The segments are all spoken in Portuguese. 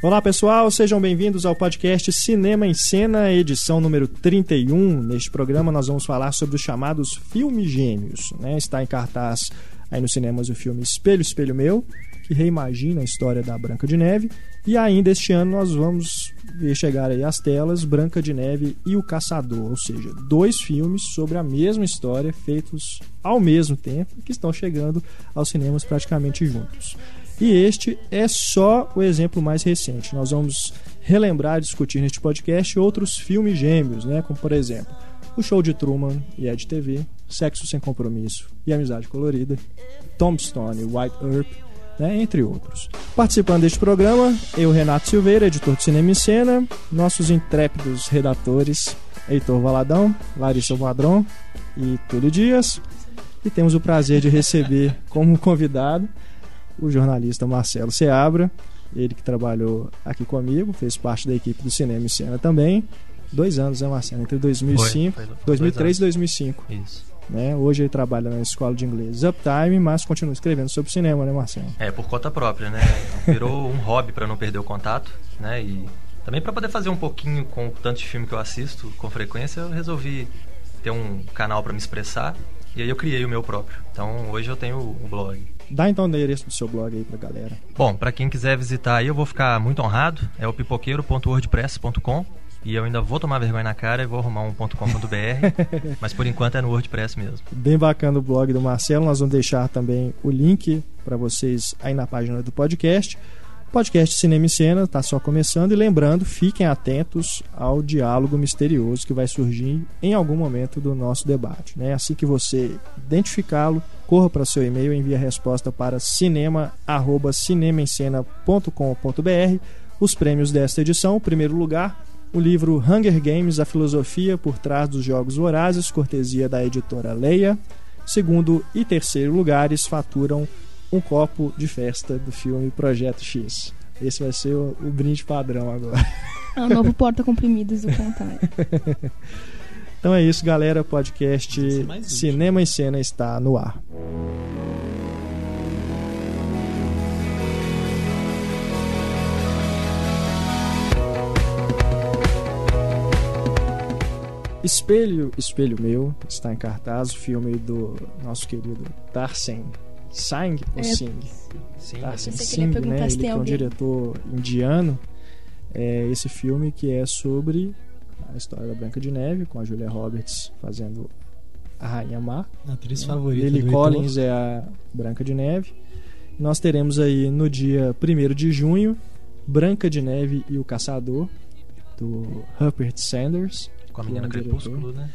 Olá pessoal, sejam bem-vindos ao podcast Cinema em Cena, edição número 31. Neste programa nós vamos falar sobre os chamados filmes gêmeos, né? Está em cartaz aí nos cinemas o filme Espelho, Espelho Meu, que reimagina a história da Branca de Neve. E ainda este ano nós vamos ver chegar aí às telas Branca de Neve e o Caçador, ou seja, 2 filmes sobre a mesma história, feitos ao mesmo tempo, que estão chegando aos cinemas praticamente juntos. E este é só o exemplo mais recente. Nós vamos relembrar e discutir neste podcast outros filmes gêmeos, né? Como por exemplo, O Show de Truman e Ed TV, Sexo Sem Compromisso e Amizade Colorida, Tombstone e White Earp, né? Entre outros. Participando deste programa, eu, Renato Silveira, editor de Cinema em Cena, nossos intrépidos redatores, Heitor Valadão, Larissa Vadron e Túlio Dias. E temos o prazer de receber como convidado o jornalista Marcelo Seabra, ele que trabalhou aqui comigo, fez parte da equipe do Cinema em Cena também. 2 anos, né, Marcelo? Entre 2005, 2003 e 2005. Isso. Né? Hoje ele trabalha na escola de inglês Uptime, mas continua escrevendo sobre cinema, né, Marcelo? Por conta própria, né? Virou um hobby para não perder o contato, né? E também para poder fazer um pouquinho com o tanto de filme que eu assisto com frequência, eu resolvi ter um canal para me expressar e aí eu criei o meu próprio. Então hoje eu tenho o blog. Dá então o endereço do seu blog aí pra galera. Bom, para quem quiser visitar aí, eu vou ficar muito honrado. É o pipoqueiro.wordpress.com. E eu ainda vou tomar vergonha na cara e vou arrumar um .com.br. Mas por enquanto é no WordPress mesmo. Bem bacana o blog do Marcelo. Nós vamos deixar também o link para vocês aí na página do podcast. O podcast Cinema em Cena está só começando. E lembrando, fiquem atentos ao diálogo misterioso que vai surgir em algum momento do nosso debate, né? Assim que você identificá-lo, corra para o seu e-mail e envie a resposta para cinema@cinemaemcena.com.br. Os prêmios desta edição: primeiro lugar, o livro Hunger Games, a filosofia por trás dos jogos vorazes, cortesia da editora Leia. Segundo e terceiro lugares faturam um copo de festa do filme Projeto X. Esse vai ser o brinde padrão agora. É o novo porta-comprimidos do Contar. Então é isso, galera. O podcast Cinema em Cena está no ar. Espelho, Espelho Meu está em cartaz, o filme do nosso querido Tarsem Singh ou Singh? Tarsem Singh, né? Ele que é um diretor indiano. É esse filme que é sobre a história da Branca de Neve, com a Julia Roberts fazendo a Rainha Má. A atriz favorita Lily do Collins é a Branca de Neve. Nós teremos aí no dia 1º de junho Branca de Neve e o Caçador, do Rupert Sanders. Com a menina Crepúsculo, né?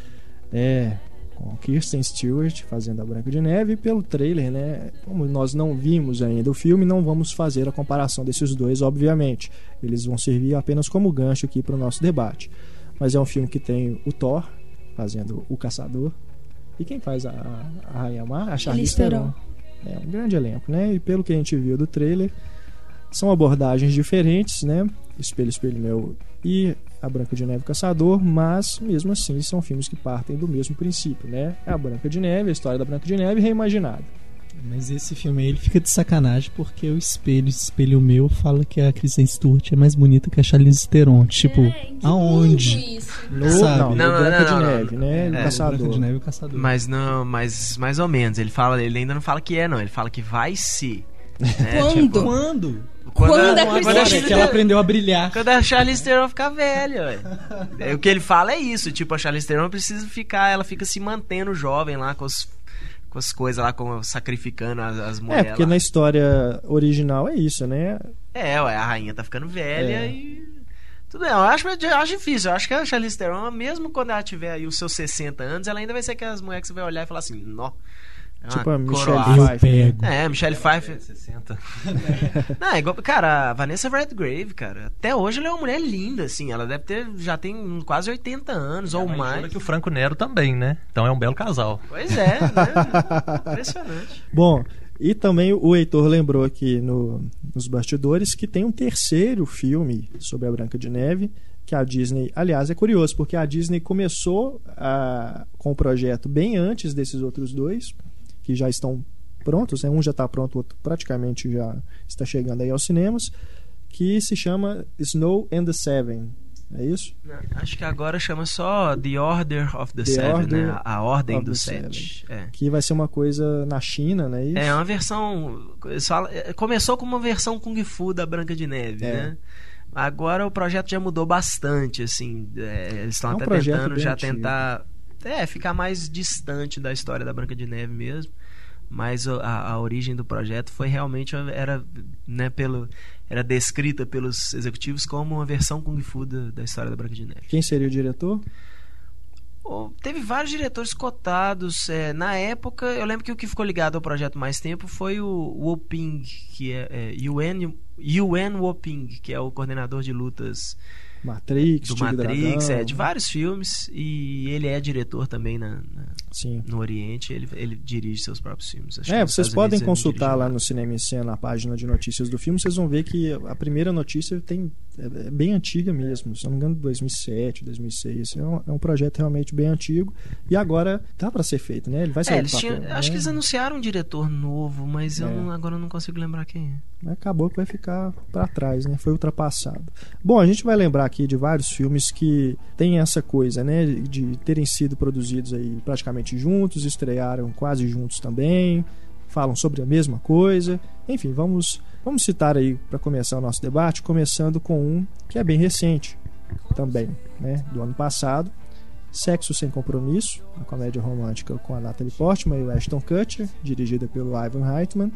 Com Kirsten Stewart fazendo a Branca de Neve. E pelo trailer, né? Como nós não vimos ainda o filme, não vamos fazer a comparação desses dois, obviamente. Eles vão servir apenas como gancho aqui para o nosso debate. Mas é um filme que tem o Thor fazendo o Caçador. E quem faz a Rainha Má? A Charlize Theron. É um grande elenco, né? E pelo que a gente viu do trailer, são abordagens diferentes, né? Espelho, Espelho Meu e a Branca de Neve e o Caçador, mas mesmo assim são filmes que partem do mesmo princípio, né? É a Branca de Neve, a história da Branca de Neve reimaginada. Mas esse filme aí, ele fica de sacanagem porque o Espelho Meu fala que a Kristen Stewart é mais bonita que a Charlize Theron. Tipo, aonde? Não, Branca de Neve, né? O Caçador. Branca de Neve e o Caçador. Mas não, mas mais ou menos. Ele ainda não fala que é, não. Ele fala que vai ser. Né? Quando? Quando que ela aprendeu a brilhar. Quando a Charlize Theron ficar velha, ué. O que ele fala é isso. Tipo, a Charlize Theron precisa ficar... Ela fica se mantendo jovem lá com as coisas lá, como sacrificando as mulheres. Porque na história original é isso, né? Ué, a rainha tá ficando velha e... Tudo bem, eu acho difícil. Eu acho que a Charlize Theron, mesmo quando ela tiver aí os seus 60 anos, ela ainda vai ser aquelas mulheres que você vai olhar e falar assim, nó. Tipo a Michelle Pfeiffer. Michelle Pfeiffer 60. Não, é igual, cara, a Vanessa Redgrave, cara, até hoje ela é uma mulher linda, assim. Ela já tem quase 80 anos ou mais. Que o Franco Nero também, né? Então é um belo casal. Pois é, né? Impressionante. Bom, e também o Heitor lembrou aqui nos bastidores que tem um terceiro filme sobre a Branca de Neve, que a Disney... Aliás, é curioso, porque a Disney começou com o projeto bem antes desses outros dois, que já estão prontos, né? Um já está pronto, o outro praticamente já está chegando aí aos cinemas, que se chama Snow and the Seven. É isso? Acho que agora chama só The Order of the Seven, né? A Ordem dos Sete. Que vai ser uma coisa na China, né? Isso? É uma versão... Começou com uma versão Kung Fu da Branca de Neve, né? Agora o projeto já mudou bastante, assim. Eles estão até tentando já tentar ficar mais distante da história da Branca de Neve mesmo. Mas a origem do projeto foi realmente era descrita pelos executivos como uma versão Kung Fu da história da Branca de Neve. Quem seria o diretor? Teve vários diretores cotados. Na época, eu lembro que o que ficou ligado ao projeto mais tempo foi o Woping, que é Yuen Woping, que é o coordenador de lutas Matrix, do Matrix, de vários filmes, e ele é diretor também no Oriente, ele dirige seus próprios filmes. Vocês podem consultar lá no Cinema em Cena, na página de notícias do filme, vocês vão ver que a primeira notícia é bem antiga mesmo, se não me engano, 2007, 2006. É um projeto realmente bem antigo, e agora tá para ser feito, né? Ele vai sair do papel, acho que eles anunciaram um diretor novo, mas agora eu não consigo lembrar quem é. Acabou que vai ficar para trás, né? Foi ultrapassado. Bom, a gente vai lembrar aqui de vários filmes que tem essa coisa, né, de terem sido produzidos aí praticamente juntos, estrearam quase juntos também, falam sobre a mesma coisa. Enfim, vamos citar aí para começar o nosso debate, começando com um que é bem recente também, né, do ano passado, Sexo Sem Compromisso, uma comédia romântica com a Natalie Portman e o Ashton Kutcher, dirigida pelo Ivan Reitman.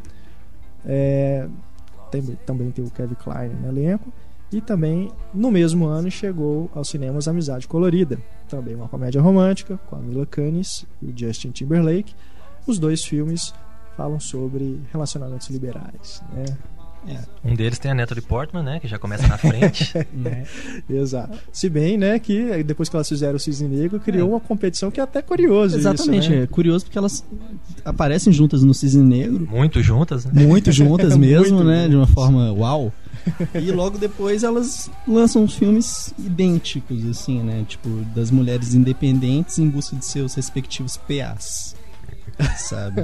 Também tem o Kevin Kline no elenco. E também, no mesmo ano, chegou aos cinemas Amizade Colorida, também uma comédia romântica com a Mila Kunis e o Justin Timberlake. Os dois filmes falam sobre relacionamentos liberais, né? Um deles tem a Natalie Portman, né, que já começa na frente. Exato. Se bem, né, que depois que elas fizeram o Cisne Negro, criou uma competição que é até curioso. Exatamente, isso, né? É curioso porque elas aparecem juntas no Cisne Negro. Muito juntas, né? Muito juntas mesmo, Muito né? juntas. De uma forma uau. E logo depois elas lançam filmes idênticos, assim, né? Tipo, das mulheres independentes em busca de seus respectivos PAs. Sabe?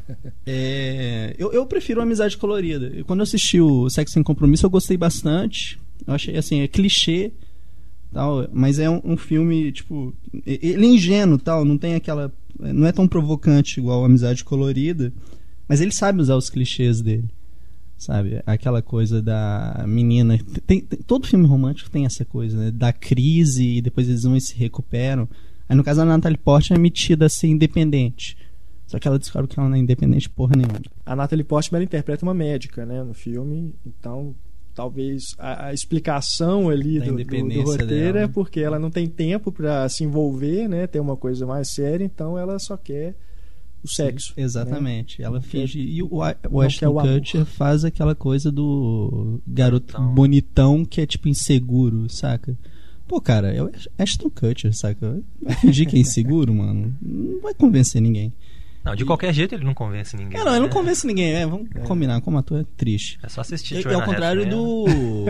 Eu prefiro a Amizade Colorida. Quando eu assisti o Sexo Sem Compromisso, eu gostei bastante. Eu achei assim, é clichê, tal, mas é um filme, tipo, ele é ingênuo, tal, não tem aquela, não é tão provocante igual a Amizade Colorida, mas ele sabe usar os clichês dele, sabe? Aquela coisa da menina, todo filme romântico tem essa coisa, né? Da crise e depois eles vão e se recuperam. Aí no caso a Natalie Portman é metida a ser independente. Só que ela descobre que ela não é independente porra nenhuma. A Natalie Portman, ela interpreta uma médica, né, no filme. Então, talvez a explicação ali do roteiro dela, é porque ela não tem tempo para se envolver, né, ter uma coisa mais séria, então ela só quer o sexo. Sim, exatamente. Né? Ela finge. E o quer Ashton Kutcher faz aquela coisa do garoto bonitão que é tipo inseguro, saca? Pô, cara, é o Ashton Kutcher, saca? Vai fingir que é inseguro, mano. Não vai convencer ninguém. Não, de qualquer jeito ele não convence ninguém. Não, ele não convence ninguém, Vamos combinar, como ator é triste. É só assistir É ao contrário do...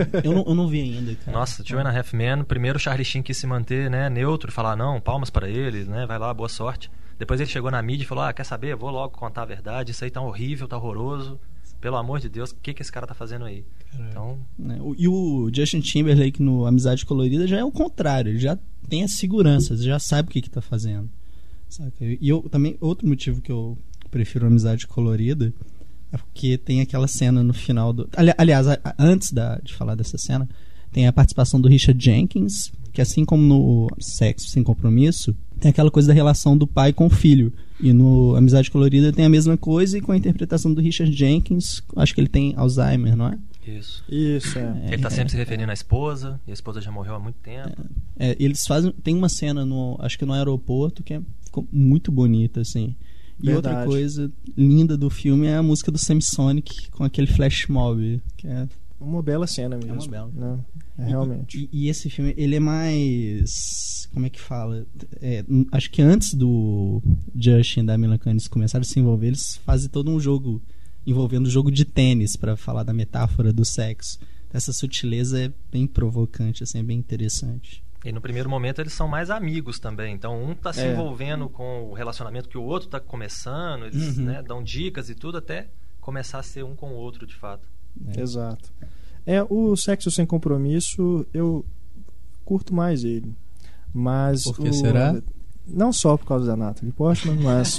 eu não vi ainda, cara. Nossa, Two and a Half Men, primeiro o Charlie Sheen quis se manter, né, neutro, falar não, palmas para ele, né, vai lá, boa sorte. Depois ele chegou na mídia e falou, quer saber, eu vou logo contar a verdade, isso aí tá horrível, tá horroroso. Pelo amor de Deus, o que esse cara tá fazendo aí? Então... E o Justin Timberlake no Amizade Colorida já é o contrário, ele já tem a segurança, já sabe o que tá fazendo. Saca? E eu também, outro motivo que eu prefiro a Amizade Colorida é porque tem aquela cena no final do... Aliás, antes de falar dessa cena, tem a participação do Richard Jenkins, que assim como no Sexo Sem Compromisso, tem aquela coisa da relação do pai com o filho. E no Amizade Colorida tem a mesma coisa, e com a interpretação do Richard Jenkins, acho que ele tem Alzheimer, não é? Isso, é. Ele tá sempre se referindo à esposa, e a esposa já morreu há muito tempo. Eles fazem... Tem uma cena, acho que no aeroporto, que ficou muito bonita, assim. E Verdade. outra coisa linda do filme é a música do Samsonic com aquele flash mob, que é uma bela cena mesmo. É uma bela. Né? Realmente. E esse filme, ele é mais... Como é que fala? Acho que antes do Justin e da Mila Kunis começarem a se envolver, eles fazem todo um jogo envolvendo jogo de tênis para falar da metáfora do sexo. Essa sutileza é bem provocante, assim, é bem interessante. E no primeiro momento eles são mais amigos também. Então um tá se envolvendo com o relacionamento que o outro tá começando. Eles dão dicas e tudo até começar a ser um com o outro de fato. Exato. O Sexo Sem Compromisso, eu curto mais ele. Mas por que será? Não só por causa da Natalie Portman, mas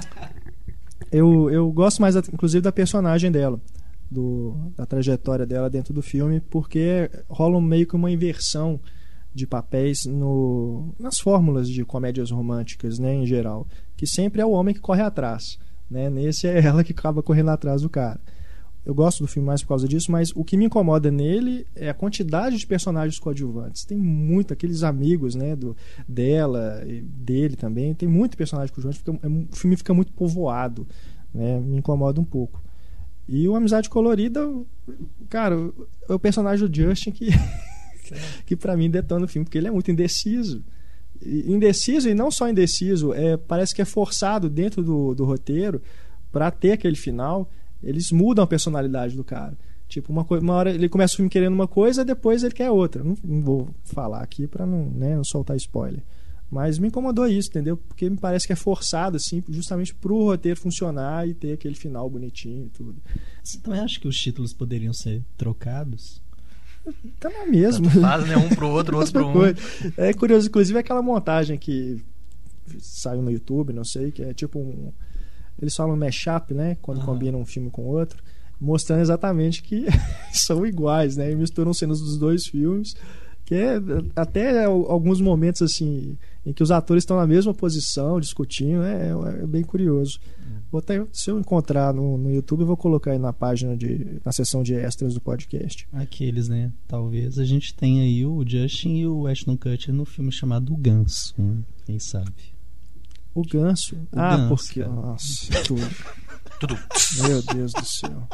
eu gosto mais, inclusive, da personagem dela, da trajetória dela dentro do filme, porque rola meio que uma inversão de papéis nas fórmulas de comédias românticas, né, em geral, que sempre é o homem que corre atrás, né? Nesse é ela que acaba correndo atrás do cara. Eu gosto do filme mais por causa disso, mas o que me incomoda nele é a quantidade de personagens coadjuvantes. Tem muito, aqueles amigos, né, dela e dele também, tem muito personagem coadjuvante, o filme fica muito povoado, né, me incomoda um pouco. E o Amizade Colorida, cara, é o personagem do Justin que pra mim detona o filme, porque ele é muito indeciso. Indeciso, e não só indeciso, parece que é forçado dentro do roteiro pra ter aquele final. Eles mudam a personalidade do cara. Tipo, uma hora ele começa o filme querendo uma coisa, depois ele quer outra. Não vou falar aqui pra não soltar spoiler. Mas me incomodou isso, entendeu? Porque me parece que é forçado, assim, justamente pro roteiro funcionar e ter aquele final bonitinho e tudo. Você também acha que os títulos poderiam ser trocados? Tá na mesma. Faz, né? Um pro outro, outro pro um. É curioso, inclusive, aquela montagem que saiu no YouTube, não sei, que é tipo eles falam mashup, né? Quando combinam um filme com outro, mostrando exatamente que são iguais, né? E misturam cenas dos dois filmes, que até alguns momentos assim em que os atores estão na mesma posição, discutindo, né? É bem curioso. Se eu encontrar no YouTube, eu vou colocar aí na página na seção de extras do podcast. Aqueles, né? Talvez a gente tenha aí o Justin e o Ashton Kutcher no filme chamado O Ganso, né? Quem sabe? O Ganso? Ganso, porque... Cara. Nossa, Tudo. Meu Deus do céu.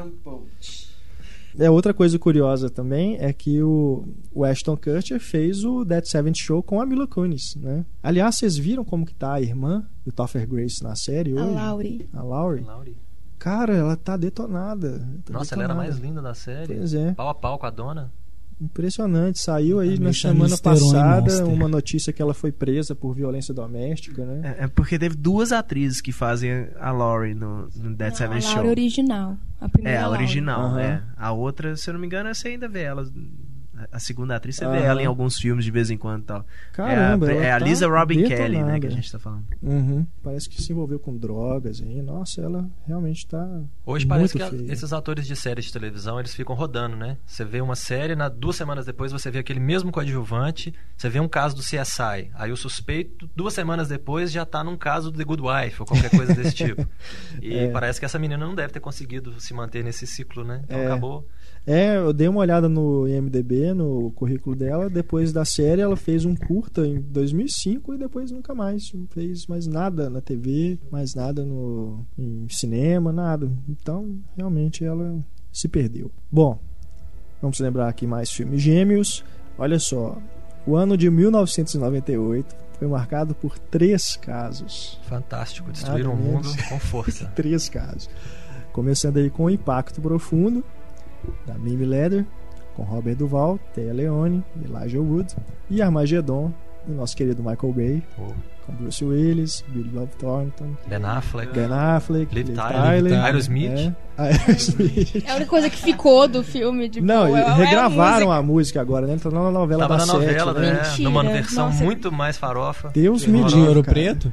Outra coisa curiosa também é que o Ashton Kutcher fez o That 70 Show com a Mila Kunis, né? Aliás, vocês viram como que tá a irmã do Topher Grace na série hoje? A Laurie. Cara, ela tá detonada. Nossa, ela era a mais linda da série. Pois é. Pau a pau com a dona. Impressionante. Saiu aí na semana passada uma notícia que ela foi presa por violência doméstica, né? É porque teve duas atrizes que fazem a Laurie no That 70 Show. A Laurie original. A primeira a original, Laurie. A outra, se eu não me engano, você ainda vê ela. A segunda atriz, você vê ela em alguns filmes de vez em quando e tal. Caramba, é a Lisa Robin detonada. Kelly, né, que a gente tá falando. Parece que se envolveu com drogas aí. Nossa, ela realmente tá Hoje muito parece que feia. esses atores de séries de televisão, eles ficam rodando, né? Você vê uma série, 2 semanas depois você vê aquele mesmo coadjuvante, você vê um caso do CSI, aí o suspeito, 2 semanas depois já tá num caso do The Good Wife ou qualquer coisa desse tipo. E parece que essa menina não deve ter conseguido se manter nesse ciclo, né? Então acabou. Eu dei uma olhada no IMDb, no currículo dela. Depois da série, ela fez um curta em 2005 e depois nunca mais. Não fez mais nada na TV, mais nada em cinema, nada. Então, realmente, ela se perdeu. Bom, vamos lembrar aqui mais filmes gêmeos. Olha só, o ano de 1998 foi marcado por 3 casos. Fantástico, destruíram o mundo com força. 3 casos. Começando aí com O Impacto Profundo, da Mimi Leder, com Robert Duvall, Téa Leoni, Elijah Wood, e Armagedon, do nosso querido Michael Bay, com Bruce Willis, Billy Bob Thornton, Ben Affleck, Liv Tyler, Aerosmith. É a única coisa que ficou do filme. Tipo, não, regravaram a música agora, né? Entrou na novela da Sete. Tava na novela, né? Mentira. Numa versão Nossa. muito mais farofa. Deus me De livre, Ouro cara. Preto?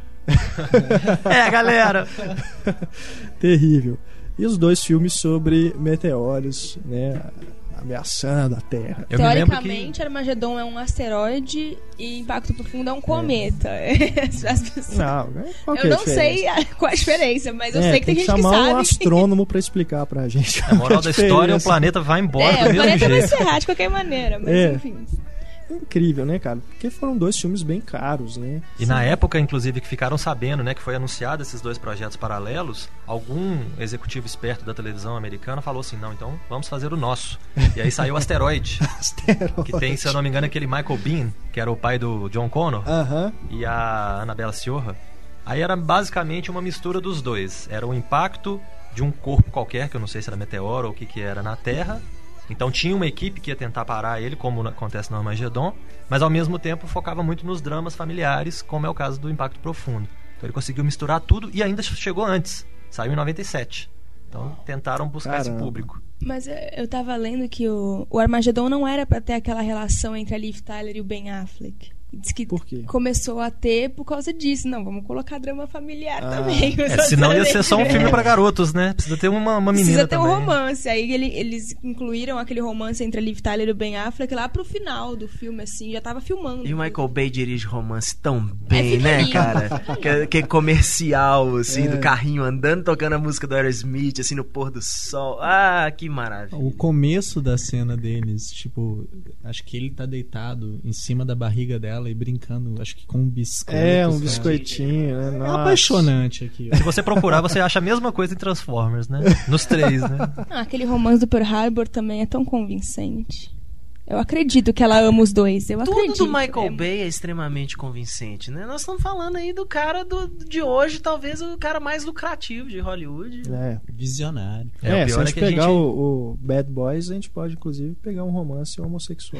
Galera! Terrível. E os 2 filmes sobre meteoros, né? Ameaçando a Terra. Eu me lembro Teoricamente, Armagedon é um asteroide e Impacto Profundo é um cometa. Não, qual que Eu é a não sei diferença? qual a diferença, mas eu sei que tem gente que chamar um sabe. astrônomo pra explicar pra gente. A moral da história é o planeta vai embora do O mesmo planeta vai jeito. se ferrar de qualquer maneira, mas enfim. Incrível, né, cara? Porque foram 2 filmes bem caros, né? E na época, inclusive, que ficaram sabendo, né, que foi anunciado esses 2 projetos paralelos, algum executivo esperto da televisão americana falou assim, não, então vamos fazer o nosso. E aí saiu Asteroid, que tem, se eu não me engano, aquele Michael Biehn, que era o pai do John Connor, e a Annabella Sciorra. Aí era basicamente uma mistura dos 2. Era o impacto de um corpo qualquer, que eu não sei se era meteoro ou o que era, na Terra. Então tinha uma equipe que ia tentar parar ele, como acontece no Armagedon, mas ao mesmo tempo focava muito nos dramas familiares, como é o caso do Impacto Profundo. Então ele conseguiu misturar tudo e ainda chegou antes. Saiu em 97. Então tentaram buscar esse público. Mas eu tava lendo que o Armagedon não era pra ter aquela relação entre a Liv Tyler e o Ben Affleck. Diz que por quê? Começou a ter por causa disso. Não, vamos colocar drama familiar também. Senão ia ser só um filme pra garotos, né? Precisa ter uma menina Precisa ter também. um romance. Aí eles incluíram aquele romance entre a Liv Tyler e o Ben Affleck lá pro final do filme, assim. Já tava filmando. E o Michael Bay dirige romance tão bem, né, cara? que comercial, assim, do carrinho andando, tocando a música do Aerosmith, assim, no pôr do sol. Ah, que maravilha. O começo da cena deles, tipo, acho que ele tá deitado em cima da barriga dela e brincando, acho que com um biscoito. Um biscoitinho, né? É apaixonante aqui. Se você procurar, você acha a mesma coisa em Transformers, né? Nos 3, né? Aquele romance do Pearl Harbor também é tão convincente. Eu acredito que ela ama os dois. Tudo do Michael Bay é extremamente convincente, né? Nós estamos falando aí do cara de hoje, talvez o cara mais lucrativo de Hollywood. Visionário. Se a gente pegar o Bad Boys, a gente pode, inclusive, pegar um romance homossexual.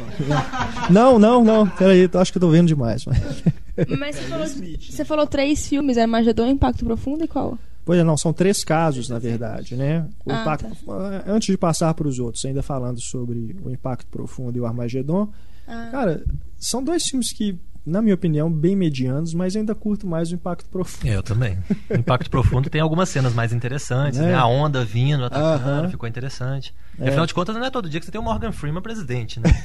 Não. Peraí, acho que eu tô vendo demais. Mas você falou 3 filmes, Armagedon, Impacto Profundo e qual? Pois não, são 3 casos, na verdade, né? Antes de passar para os outros, ainda falando sobre o Impacto Profundo e o Armagedon, cara, são 2 filmes que, na minha opinião, bem medianos, mas eu ainda curto mais o Impacto Profundo. Eu também. O Impacto Profundo tem algumas cenas mais interessantes, né? A onda vindo, atacando, ficou interessante. E, afinal de contas, não é todo dia que você tem o Morgan Freeman presidente, né?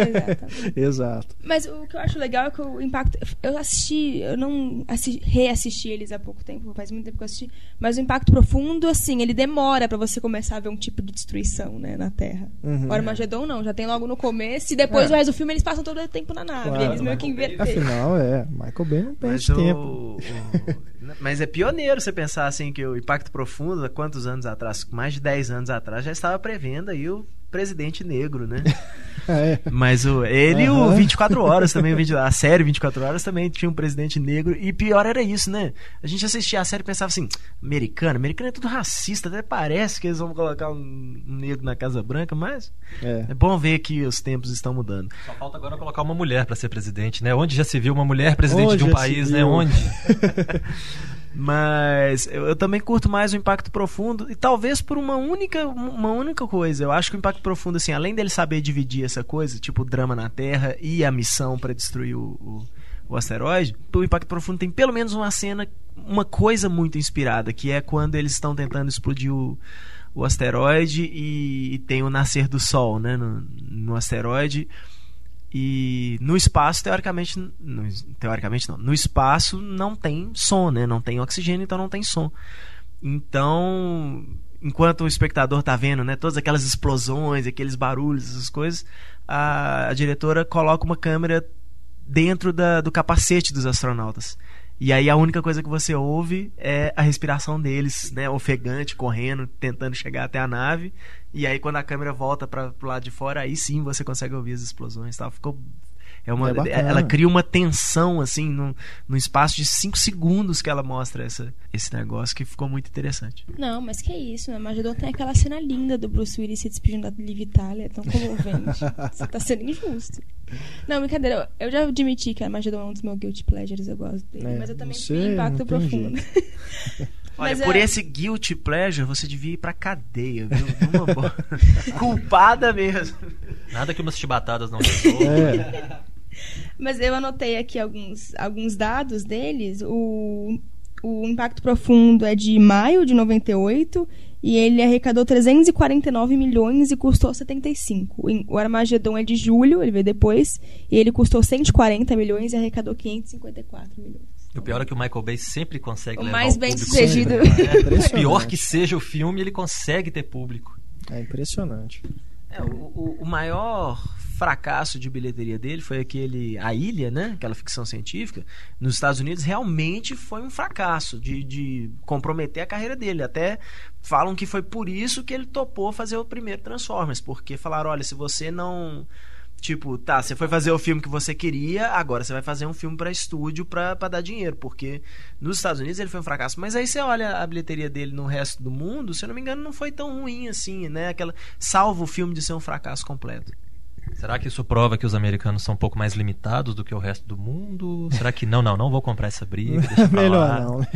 Exato. Mas o que eu acho legal é que o Impacto... Eu não reassisti eles há pouco tempo, faz muito tempo que eu assisti, mas o Impacto Profundo, assim, ele demora pra você começar a ver um tipo de destruição, né, na Terra. O Armagedon não, já tem logo no começo, e depois o resto do filme eles passam todo o tempo na nave. Claro, eles meio que inverteram. Afinal, Michael Bay não perde tempo. Mas é pioneiro você pensar assim que o Impacto Profundo, há quantos anos atrás? Mais de 10 anos atrás, já estava prevendo aí o presidente negro, né? Mas o 24 Horas também, a série 24 Horas também tinha um presidente negro, e pior era isso, né? A gente assistia a série e pensava assim, americano é tudo racista, até parece que eles vão colocar um negro na Casa Branca, mas é bom ver que os tempos estão mudando. Só falta agora colocar uma mulher para ser presidente, né? Onde já se viu uma mulher presidente de um país, né? Onde? Mas eu também curto mais o Impacto Profundo, e talvez por uma única coisa. Eu acho que o Impacto Profundo, assim, além dele saber dividir essa coisa, tipo o drama na Terra e a missão para destruir o asteroide, o Impacto Profundo tem pelo menos uma coisa muito inspirada, que é quando eles estão tentando explodir o asteroide e tem o nascer do Sol, né, no asteroide. E no espaço, teoricamente não, no espaço não tem som, né? Não tem oxigênio, então não tem som. Então, enquanto o espectador tá vendo, né, todas aquelas explosões, aqueles barulhos, essas coisas, a diretora coloca uma câmera dentro do capacete dos astronautas. E aí a única coisa que você ouve é a respiração deles, né, ofegante, correndo, tentando chegar até a nave. E aí quando a câmera volta pro lado de fora, aí sim você consegue ouvir as explosões, tal. Ela cria uma tensão assim no espaço de 5 segundos que ela mostra esse negócio, que ficou muito interessante. Não, mas que é isso, né? Armagedon tem aquela cena linda do Bruce Willis se despedindo da Liv Tyler, é tão comovente. Você tá sendo injusto. Não, brincadeira, eu já admiti que Armagedon é um dos meus guilty pleasures, eu gosto dele, mas eu também tenho Impacto Profundo. Olha, por esse guilty pleasure você devia ir pra cadeia, viu? Uma boa. Culpada mesmo. Nada que umas chibatadas não resolvam. Mas eu anotei aqui alguns dados deles. O Impacto Profundo é de maio de 98 e ele arrecadou 349 milhões e custou 75. O Armagedon é de julho, ele veio depois, e ele custou 140 milhões e arrecadou 554 milhões. O pior é que o Michael Bay sempre consegue levar mais o bem público. sucedido. Pior que seja o filme, ele consegue ter público. É impressionante. O maior fracasso de bilheteria dele foi A Ilha, né? Aquela ficção científica. Nos Estados Unidos realmente foi um fracasso de comprometer a carreira dele. Até falam que foi por isso que ele topou fazer o primeiro Transformers, porque falaram, olha, se você não... Tipo, tá, você foi fazer o filme que você queria, agora você vai fazer um filme pra estúdio pra dar dinheiro, porque nos Estados Unidos ele foi um fracasso. Mas aí você olha a bilheteria dele no resto do mundo, se eu não me engano, não foi tão ruim assim, né? Salvo o filme de ser um fracasso completo. Será que isso prova que os americanos são um pouco mais limitados do que o resto do mundo? Será que não vou comprar essa briga, deixa pra Melhor lá. não.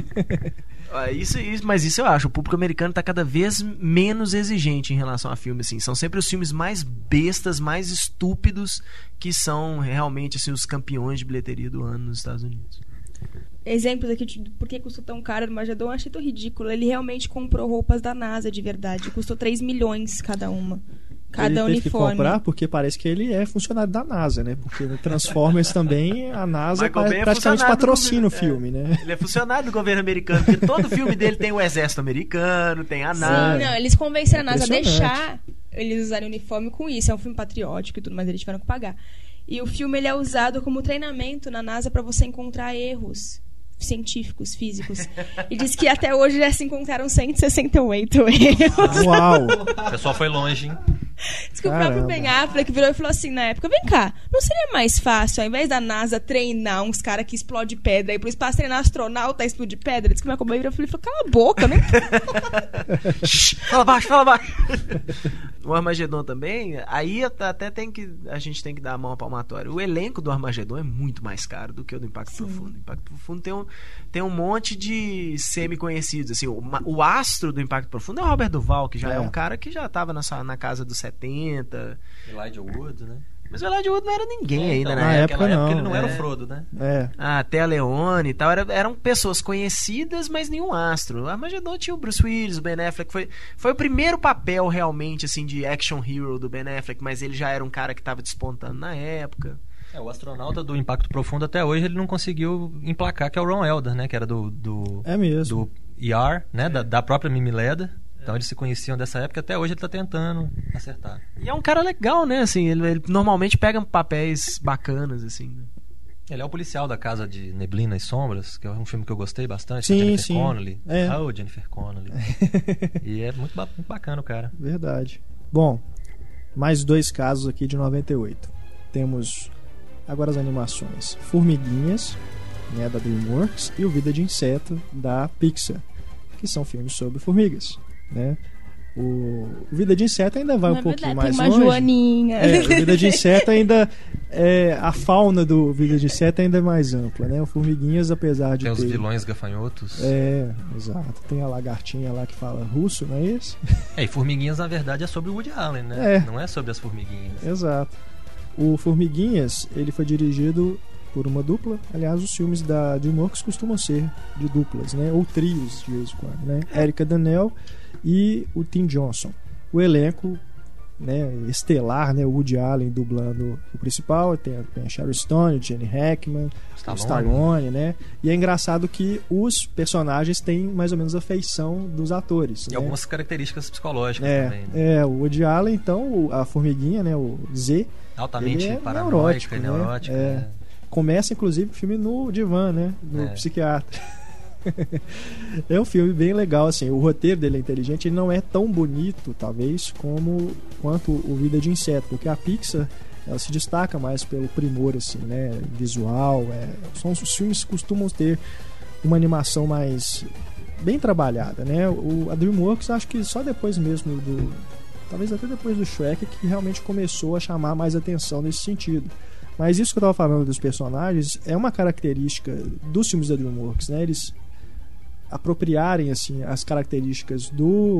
Mas isso eu acho, o público americano tá cada vez menos exigente em relação a filme, assim. São sempre os filmes mais bestas, mais estúpidos, que são realmente assim, os campeões de bilheteria do ano nos Estados Unidos. Exemplos aqui de por que custou tão caro o Armagedon, eu achei tão ridículo. Ele realmente comprou roupas da NASA de verdade. Custou 3 milhões cada uma. Cada ele teve uniforme. que comprar porque parece que ele é funcionário da NASA, né? Porque no Transformers também a NASA praticamente patrocina o filme, né? Ele é funcionário do governo americano, porque todo filme dele tem o exército americano, tem a NASA. Sim, não, eles convenceram a NASA a deixar eles usarem uniforme com isso. É um filme patriótico e tudo, mas eles tiveram que pagar. E o filme ele é usado como treinamento na NASA para você encontrar erros científicos, físicos. E diz que até hoje já se encontraram 168 erros. Uau! O pessoal foi longe, hein? Diz que o próprio Ben Affleck virou e falou assim na época: vem cá, não seria mais fácil, ao invés da NASA treinar uns caras que explodem pedra e pro espaço treinar astronauta a explodir pedra? Diz que o Michael Bay virou e falou: cala a boca, né? Fala baixo. O Armagedon também, aí até a gente tem que dar a mão à palmatória. O elenco do Armagedon é muito mais caro do que o do Impacto Profundo. O Impacto Profundo tem um monte de semi-conhecidos. Assim, o astro do Impacto Profundo é o Robert Duvall, que já é um cara que já estava na casa dos 70. Elijah Wood, né? Mas o Elijah Wood não era ninguém ainda, na época não. Ele não era o Frodo, né? Até a Leone e tal, eram pessoas conhecidas, mas nenhum astro. A Armagedon tinha o Bruce Willis, o Ben Affleck, foi o primeiro papel realmente assim de action hero do Ben Affleck, mas ele já era um cara que estava despontando na época. O astronauta do Impacto Profundo até hoje ele não conseguiu emplacar, que é o Ron Elder, né? Que era do ER, né? Da própria Mimi Leder. Então eles se conheciam dessa época, até hoje ele tá tentando acertar. E é um cara legal, né? Assim, ele normalmente pega papéis bacanas, assim. Ele é o policial da Casa de Neblina e Sombras, que é um filme que eu gostei bastante. Sim, Jennifer Connelly. Jennifer Connelly. E é muito bacana o cara. Verdade. Bom, mais 2 casos aqui de 98. Temos agora as animações Formiguinhas, né, da DreamWorks, e o Vida de Inseto, da Pixar, que são filmes sobre formigas, né? O Vida de Inseto ainda vai um pouquinho mais longe. Tem uma joaninha. O Vida de Inseto ainda a fauna do Vida de Inseto ainda é mais ampla, né? O Formiguinhas, apesar de tem ter... os vilões gafanhotos. Exato. Tem a lagartinha lá que fala russo, não é isso? E Formiguinhas, na verdade, é sobre o Woody Allen, né? Não é sobre as formiguinhas. Exato. O Formiguinhas, ele foi dirigido por uma dupla. Aliás, os filmes da DreamWorks costumam ser de duplas, né? Ou trios, de vez em quando, né? Erica Donnell e o Tim Johnson. O elenco, né, estelar, né? O Woody Allen dublando o principal, tem a Sharon Stone, o Gene Hackman, o Stallone, né? E é engraçado que os personagens têm mais ou menos a feição dos atores. E né? algumas características psicológicas também. Né? O Woody Allen, então, a formiguinha, né? O Z, altamente paranoica e neurótica. Né? Começa, inclusive, o filme no divã, né? No psiquiatra. É um filme bem legal, assim. O roteiro dele é inteligente. Ele não é tão bonito, talvez, quanto o Vida de Inseto, porque a Pixar, ela se destaca mais pelo primor, assim, né? Visual. Os filmes costumam ter uma animação mais bem trabalhada, né? A DreamWorks, acho que só depois mesmo talvez até depois do Shrek, que realmente começou a chamar mais atenção nesse sentido. Mas isso que eu estava falando dos personagens é uma característica dos filmes da DreamWorks, né? Eles apropriarem assim as características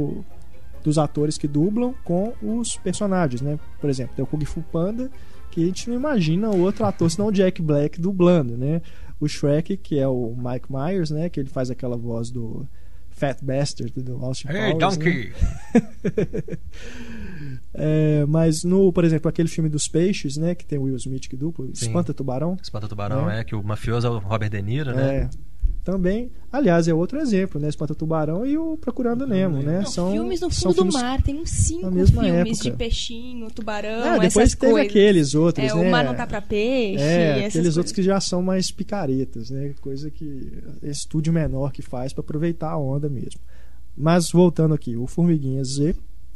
dos atores que dublam com os personagens, né? Por exemplo, tem o Kung Fu Panda, que a gente não imagina outro ator senão o Jack Black dublando, né? O Shrek, que é o Mike Myers, né? Que ele faz aquela voz do Fat Bastard do Austin Powers. Hey, Donkey! Né? Mas por exemplo, aquele filme dos peixes, né, que tem o Will Smith que dupla, Espanta Tubarão. Espanta Tubarão, que o mafioso é o Robert De Niro, né? Também, aliás, é outro exemplo, né? Espanta Tubarão e o Procurando Nemo, né? São filmes no fundo do mar, tem uns 5 filmes de peixinho, tubarão, depois essas teve coisas. Aqueles outros, né? O Mar Não Tá Pra Peixe, aqueles outros que já são mais picaretas, né? Coisa que estúdio menor que faz para aproveitar a onda mesmo. Mas voltando aqui, o Formiguinha Z,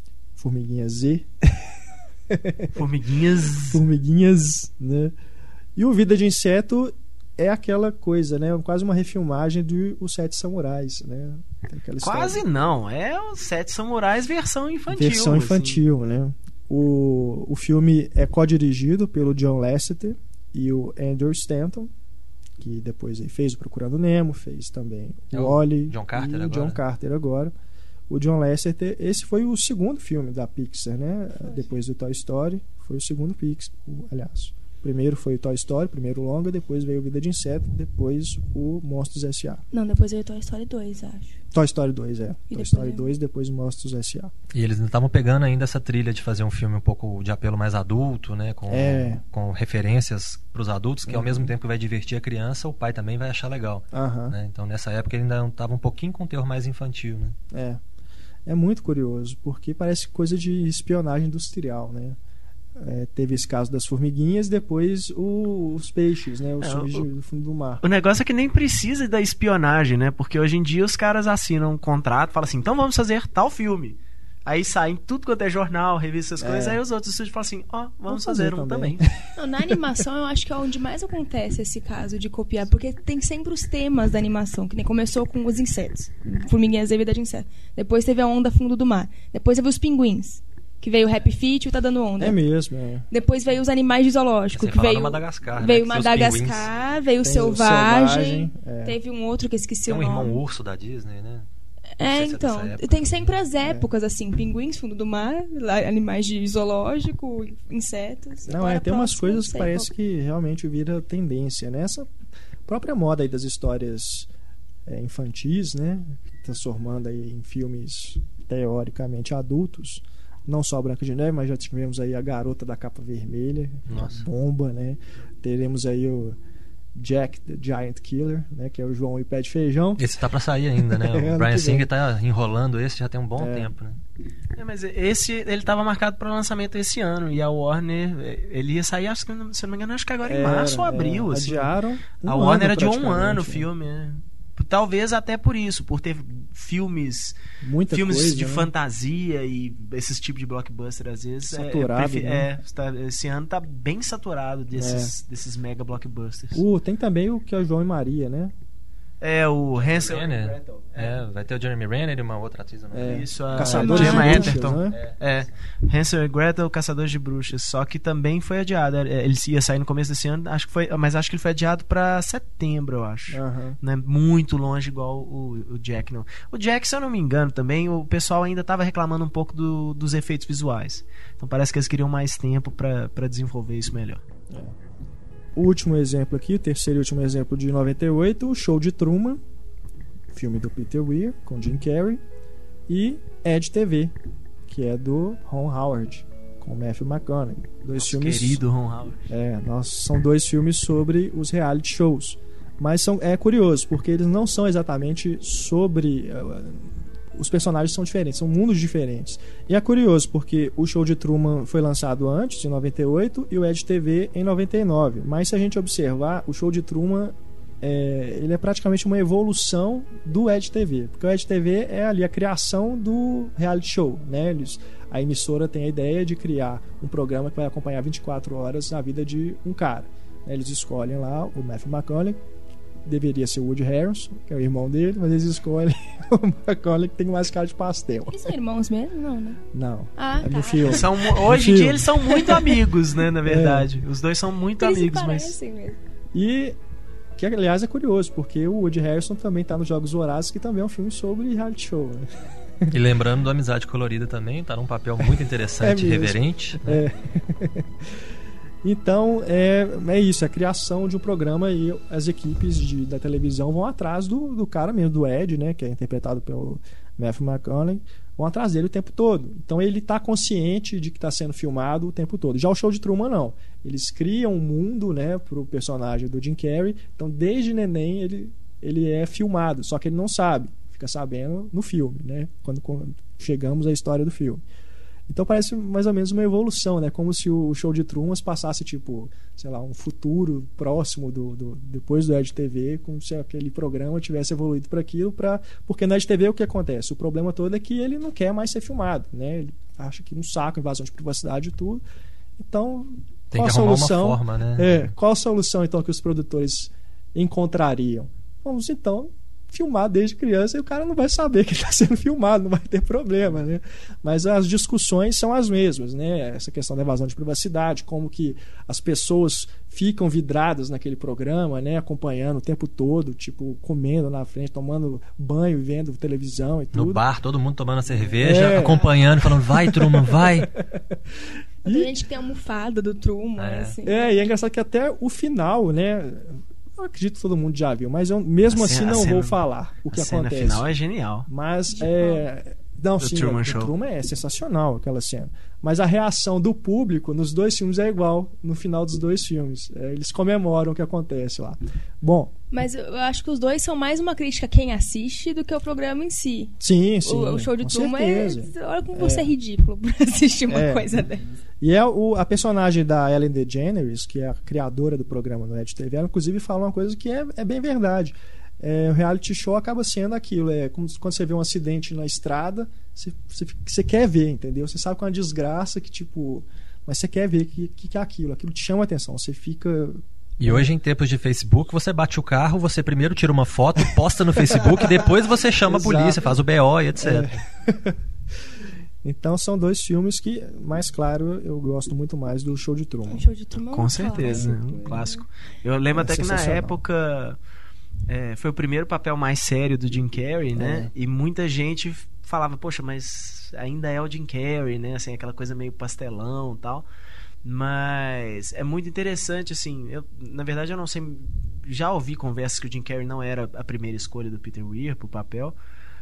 Formiguinhas, né? E o Vida de Inseto é aquela coisa, né? Quase uma refilmagem do Os Sete Samurais, né? Quase não, é os Sete Samurais versão infantil. Versão infantil, assim. né? O filme é co-dirigido pelo John Lasseter e o Andrew Stanton, que depois aí fez o Procurando Nemo, fez também o Wall-E John Carter e o agora. John Carter agora. O John Lasseter, esse foi o segundo filme da Pixar, né? Depois do Toy Story, foi o segundo Pixar, aliás. Primeiro foi o Toy Story, primeiro o longa, depois veio o Vida de Inseto, depois o Monstros S.A. Não, depois veio o Toy Story 2, acho. Toy Story 2, é. E Toy Story 2, depois o Monstros S.A. E eles estavam pegando ainda essa trilha de fazer um filme um pouco de apelo mais adulto, né? Com referências para os adultos, que ao mesmo tempo que vai divertir a criança, o pai também vai achar legal. Né? Então nessa época ele ainda estava um pouquinho com um teor mais infantil, né? É muito curioso, porque parece coisa de espionagem industrial, né? Teve esse caso das formiguinhas, depois os peixes, né? Os filmes do fundo do mar. O negócio é que nem precisa da espionagem, né? Porque hoje em dia os caras assinam um contrato, falam assim, então vamos fazer tal filme. Aí saem tudo quanto é jornal, revista, essas coisas, aí os outros estúdios falam assim, vamos fazer um também. Não, na animação eu acho que é onde mais acontece esse caso de copiar, porque tem sempre os temas da animação, que nem começou com os insetos, formiguinhas e vida de inseto. Depois teve a onda fundo do mar. Depois teve os pinguins, que veio o Happy Feet e o Tá Dando Onda. É mesmo, Depois veio os animais de zoológico, que veio Madagascar, veio né? Madagascar, veio o Selvagem, teve um outro que eu esqueci o nome. Tem um irmão urso da Disney, né? Então, tem sempre as épocas, assim, pinguins, fundo do mar, animais de zoológico, insetos. Tem umas coisas que parece que realmente vira tendência, né? Essa própria moda aí das histórias infantis, né? Transformando aí em filmes teoricamente adultos. Não só a Branca de Neve, mas já tivemos aí a Garota da Capa Vermelha, bomba, né? Teremos aí o Jack the Giant Killer, né? Que é o João e Pé de Feijão. Esse tá pra sair ainda, né? O Bryan Singer tá enrolando esse já tem um bom tempo, né? Mas esse, ele tava marcado para lançamento esse ano, e a Warner, ele ia sair, acho que, se não me engano, acho que agora em março ou abril, assim. Adiaram a Warner adiou um ano o filme, Talvez até por isso, por ter filmes coisa, de né? fantasia e esses tipos de blockbuster, às vezes saturado, né? Esse ano tá bem saturado desses mega blockbusters. Tem também o que é o João e Maria, né? O Hansel e Gretel. Vai ter o Jeremy Renner e uma outra atriz. Isso, a Caçadores Gemma de Bruxas, Arterton. né? Hansel e Gretel, Caçadores de Bruxas. Só que também foi adiado. Ele ia sair no começo desse ano, mas acho que ele foi adiado pra setembro, eu acho. Não é muito longe igual o Jack, não. O Jack, se eu não me engano, também, o pessoal ainda tava reclamando um pouco dos efeitos visuais. Então parece que eles queriam mais tempo pra desenvolver isso melhor. O último exemplo aqui, o terceiro e último exemplo de 98, o Show de Truman, filme do Peter Weir, com Jim Carrey, e Ed TV, que é do Ron Howard, com Matthew McConaughey. Querido Ron Howard. São dois filmes sobre os reality shows. Mas é curioso, porque eles não são exatamente sobre... os personagens são diferentes, são mundos diferentes. E é curioso, porque o Show de Truman foi lançado antes, em 98, e o Ed TV em 99. Mas se a gente observar, o Show de Truman ele é praticamente uma evolução do Ed TV, porque o Ed TV é ali a criação do reality show, né? A emissora tem a ideia de criar um programa que vai acompanhar 24 horas na vida de um cara. Eles escolhem lá o Matthew McConaughey, deveria ser o Woody Harrelson, que é o irmão dele, mas eles escolhem o McConaughey, que tem mais cara de pastel. Eles são irmãos mesmo? Não, né? Não. No filme. Hoje em dia eles são muito amigos, né? Na verdade. Os dois são muito amigos, mas... mesmo. E que, aliás, é curioso, porque o Woody Harrelson também tá nos Jogos Vorazes, que também é um filme sobre reality show, né? E lembrando do Amizade Colorida também, tá num papel muito interessante e reverente. Né? Então, é isso, é a criação de um programa e as equipes da televisão vão atrás do cara mesmo, do Ed, né, que é interpretado pelo Matthew McConaughey, vão atrás dele o tempo todo. Então ele está consciente de que está sendo filmado o tempo todo. Já o Show de Truman, não. Eles criam um mundo, né, para o personagem do Jim Carrey. Então, desde neném, ele é filmado, só que ele não sabe. Fica sabendo no filme, né, quando chegamos à história do filme. Então parece mais ou menos uma evolução, né? Como se o Show de Truman passasse, tipo, sei lá, um futuro próximo depois do Ed TV, como se aquele programa tivesse evoluído para aquilo, porque no Ed TV o que acontece? O problema todo é que ele não quer mais ser filmado, né? Ele acha que um saco, invasão de privacidade e tudo. Então, tem qual que a solução? Uma forma, né? Qual a solução então que os produtores encontrariam? Vamos então filmado desde criança e o cara não vai saber que está sendo filmado, não vai ter problema, né? Mas as discussões são as mesmas, né? Essa questão da evasão de privacidade, como que as pessoas ficam vidradas naquele programa, né? Acompanhando o tempo todo, tipo, comendo na frente, tomando banho, vendo televisão e tudo. No bar, todo mundo tomando cerveja, acompanhando, falando, vai, Truman, vai. Tem gente que tem almofada do Truman, assim. E é engraçado que até o final, né? Eu acredito que todo mundo já viu, mas eu mesmo assim não vou falar o que acontece. A cena final é genial. Mas não, sim, o Truman é sensacional aquela cena. Mas a reação do público nos dois filmes é igual no final dos dois filmes. Eles comemoram o que acontece lá. Bom. Mas eu acho que os dois são mais uma crítica a quem assiste do que o programa em si. Sim, sim. O show de Truman olha como você é ridículo por assistir uma coisa dessa. E a personagem da Ellen DeGeneres, que é a criadora do programa no Ed TV, ela inclusive fala uma coisa que é bem verdade. O reality show acaba sendo aquilo, como quando você vê um acidente na estrada, você quer ver, entendeu? Você sabe que é uma desgraça que tipo, mas você quer ver que é aquilo te chama a atenção, você fica... E hoje, em tempos de Facebook, você bate o carro, você primeiro tira uma foto, posta no Facebook, depois você chama a polícia, faz o BO e etc. Então são dois filmes que, mais claro, eu gosto muito mais do Show de Truman. O Show de Truman com certeza, um clássico. Eu lembro até que na época foi o primeiro papel mais sério do Jim Carrey, né? E muita gente falava, poxa, mas ainda é o Jim Carrey, né? Assim, aquela coisa meio pastelão e tal. Mas é muito interessante, assim, na verdade eu não sei, já ouvi conversas que o Jim Carrey não era a primeira escolha do Peter Weir pro papel,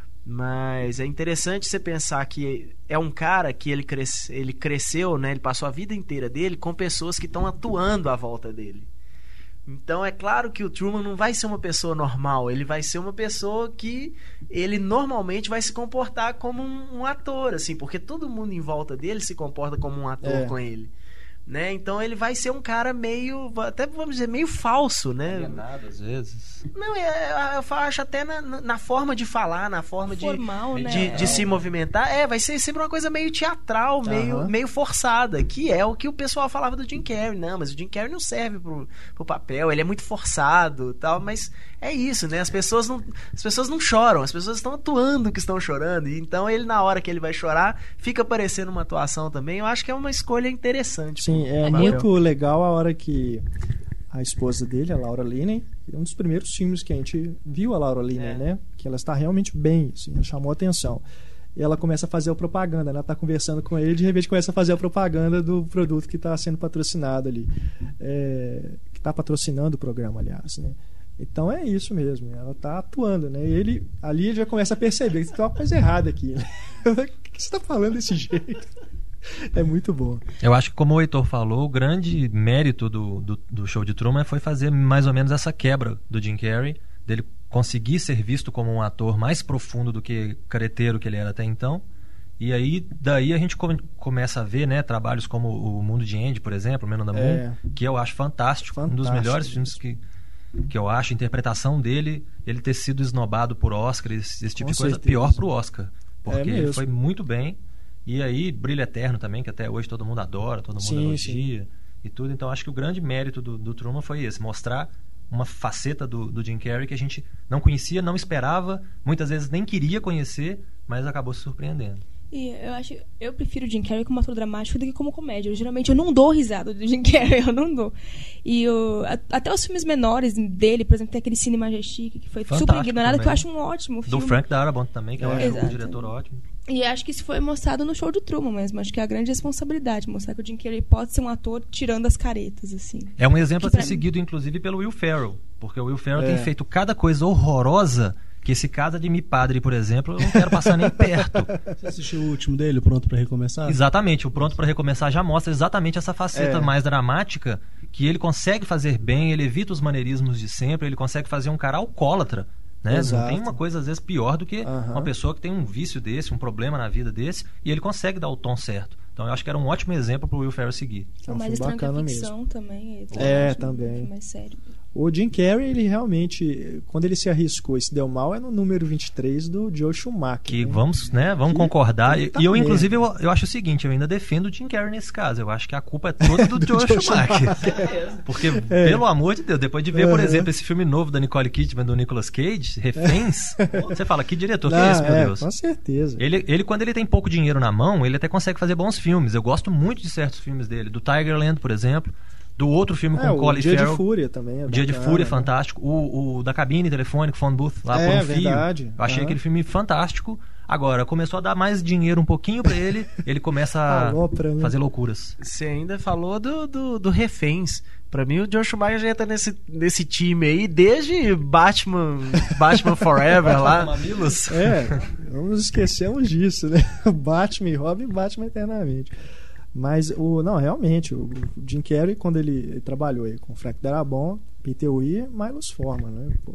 mas é interessante você pensar que é um cara que ele cresceu, né, ele passou a vida inteira dele com pessoas que estão atuando à volta dele. Então é claro que o Truman não vai ser uma pessoa normal, ele vai ser uma pessoa que ele normalmente vai se comportar como um ator, assim, porque todo mundo em volta dele se comporta como um ator com ele. Né? Então ele vai ser um cara meio, até vamos dizer, meio falso, né? Alienado, às vezes. Não, eu acho até na forma de falar, na forma formal, de se movimentar, vai ser sempre uma coisa meio teatral, meio forçada, que é o que o pessoal falava do Jim Carrey. Não, mas o Jim Carrey não serve pro papel, ele é muito forçado, tal, mas é isso, né? As pessoas não choram, as pessoas estão atuando que estão chorando, e então ele, na hora que ele vai chorar, fica parecendo uma atuação também. Eu acho que é uma escolha interessante. Sim, é muito legal a hora que a esposa dele, a Laura Linney, é um dos primeiros filmes que a gente viu a Laura Linney, né? Que ela está realmente bem, assim, ela chamou a atenção. E ela começa a fazer a propaganda, ela está conversando com ele, de repente começa a fazer a propaganda do produto que está sendo patrocinado ali, que está patrocinando o programa, aliás, né? Então é isso mesmo, ela está atuando, né? E ele já começa a perceber que tem uma coisa errada aqui, né? O que você está falando desse jeito? É muito bom. Eu acho que, como o Heitor falou, o grande mérito do Show de Truman foi fazer mais ou menos essa quebra do Jim Carrey, dele conseguir ser visto como um ator mais profundo do que careteiro que ele era até então. E aí, daí a gente começa a ver, né, trabalhos como o Mundo de Andy, por exemplo, o Men on the Moon, que eu acho fantástico. Um dos melhores filmes que eu acho. A interpretação dele, ele ter sido esnobado por Oscar, esse tipo de coisa, pior pro Oscar. Porque ele foi muito bem. E aí, Brilho Eterno também, que até hoje todo mundo adora, todo mundo elogia e tudo. Então acho que o grande mérito do Truman foi esse, mostrar uma faceta do Jim Carrey que a gente não conhecia, não esperava, muitas vezes nem queria conhecer, mas acabou se surpreendendo. E eu prefiro o Jim Carrey como ator dramático do que como comédia. Geralmente eu não dou risada do Jim Carrey, eu não dou. E até os filmes menores dele, por exemplo, tem aquele Cine Majestic, que foi super ignorado, que eu acho um ótimo filme. Do Frank Darabont também, que eu acho um diretor ótimo. E acho que isso foi mostrado no Show de Truman mesmo. Acho que é a grande responsabilidade, mostrar que o Jim Carrey pode ser um ator tirando as caretas, assim. É um exemplo a ser seguido, inclusive, pelo Will Ferrell. Porque o Will Ferrell tem feito cada coisa horrorosa que esse Casa de Mi Padre, por exemplo, eu não quero passar nem perto. Você assistiu o último dele, o Pronto para Recomeçar? Exatamente, o Pronto para Recomeçar já mostra exatamente essa faceta mais dramática, que ele consegue fazer bem, ele evita os maneirismos de sempre, ele consegue fazer um cara alcoólatra, né? Não tem uma coisa às vezes pior do que uma pessoa que tem um vício desse, um problema na vida desse, e ele consegue dar o tom certo. Então eu acho que era um ótimo exemplo pro Will Ferrell seguir. É mais estranho que a ficção também. Também. Mais sério. O Jim Carrey, ele realmente, quando ele se arriscou e se deu mal, é no número 23 do Joe Schumacher. Que vamos concordar. E eu, inclusive, eu acho o seguinte, eu ainda defendo o Jim Carrey nesse caso. Eu acho que a culpa é toda do Joe Schumacher. Porque, pelo amor de Deus, depois de ver, por exemplo, esse filme novo da Nicole Kidman, do Nicolas Cage, Reféns, você fala, que diretor que é esse, meu Deus? Com certeza. Ele, quando ele tem pouco dinheiro na mão, ele até consegue fazer bons filmes. Eu gosto muito de certos filmes dele. Do Tigerland, por exemplo. Do outro filme com o Colin Farrell. Dia de Fúria também. O Dia de Fúria é fantástico. O da cabine telefônica, Phone Booth, lá por um fio. Verdade. Eu achei aquele filme fantástico. Agora, começou a dar mais dinheiro um pouquinho pra ele, ele começa a fazer loucuras. Você ainda falou do Reféns. Pra mim, o Joe Schumacher já entra nesse time aí desde Batman Forever lá. Mamilos. Não nos esquecemos disso, né? Batman e Robin, Batman eternamente. Mas, realmente, o Jim Carrey, quando ele trabalhou aí com Frank Darabont, Peter Weir, Milos Forman, né? Pô,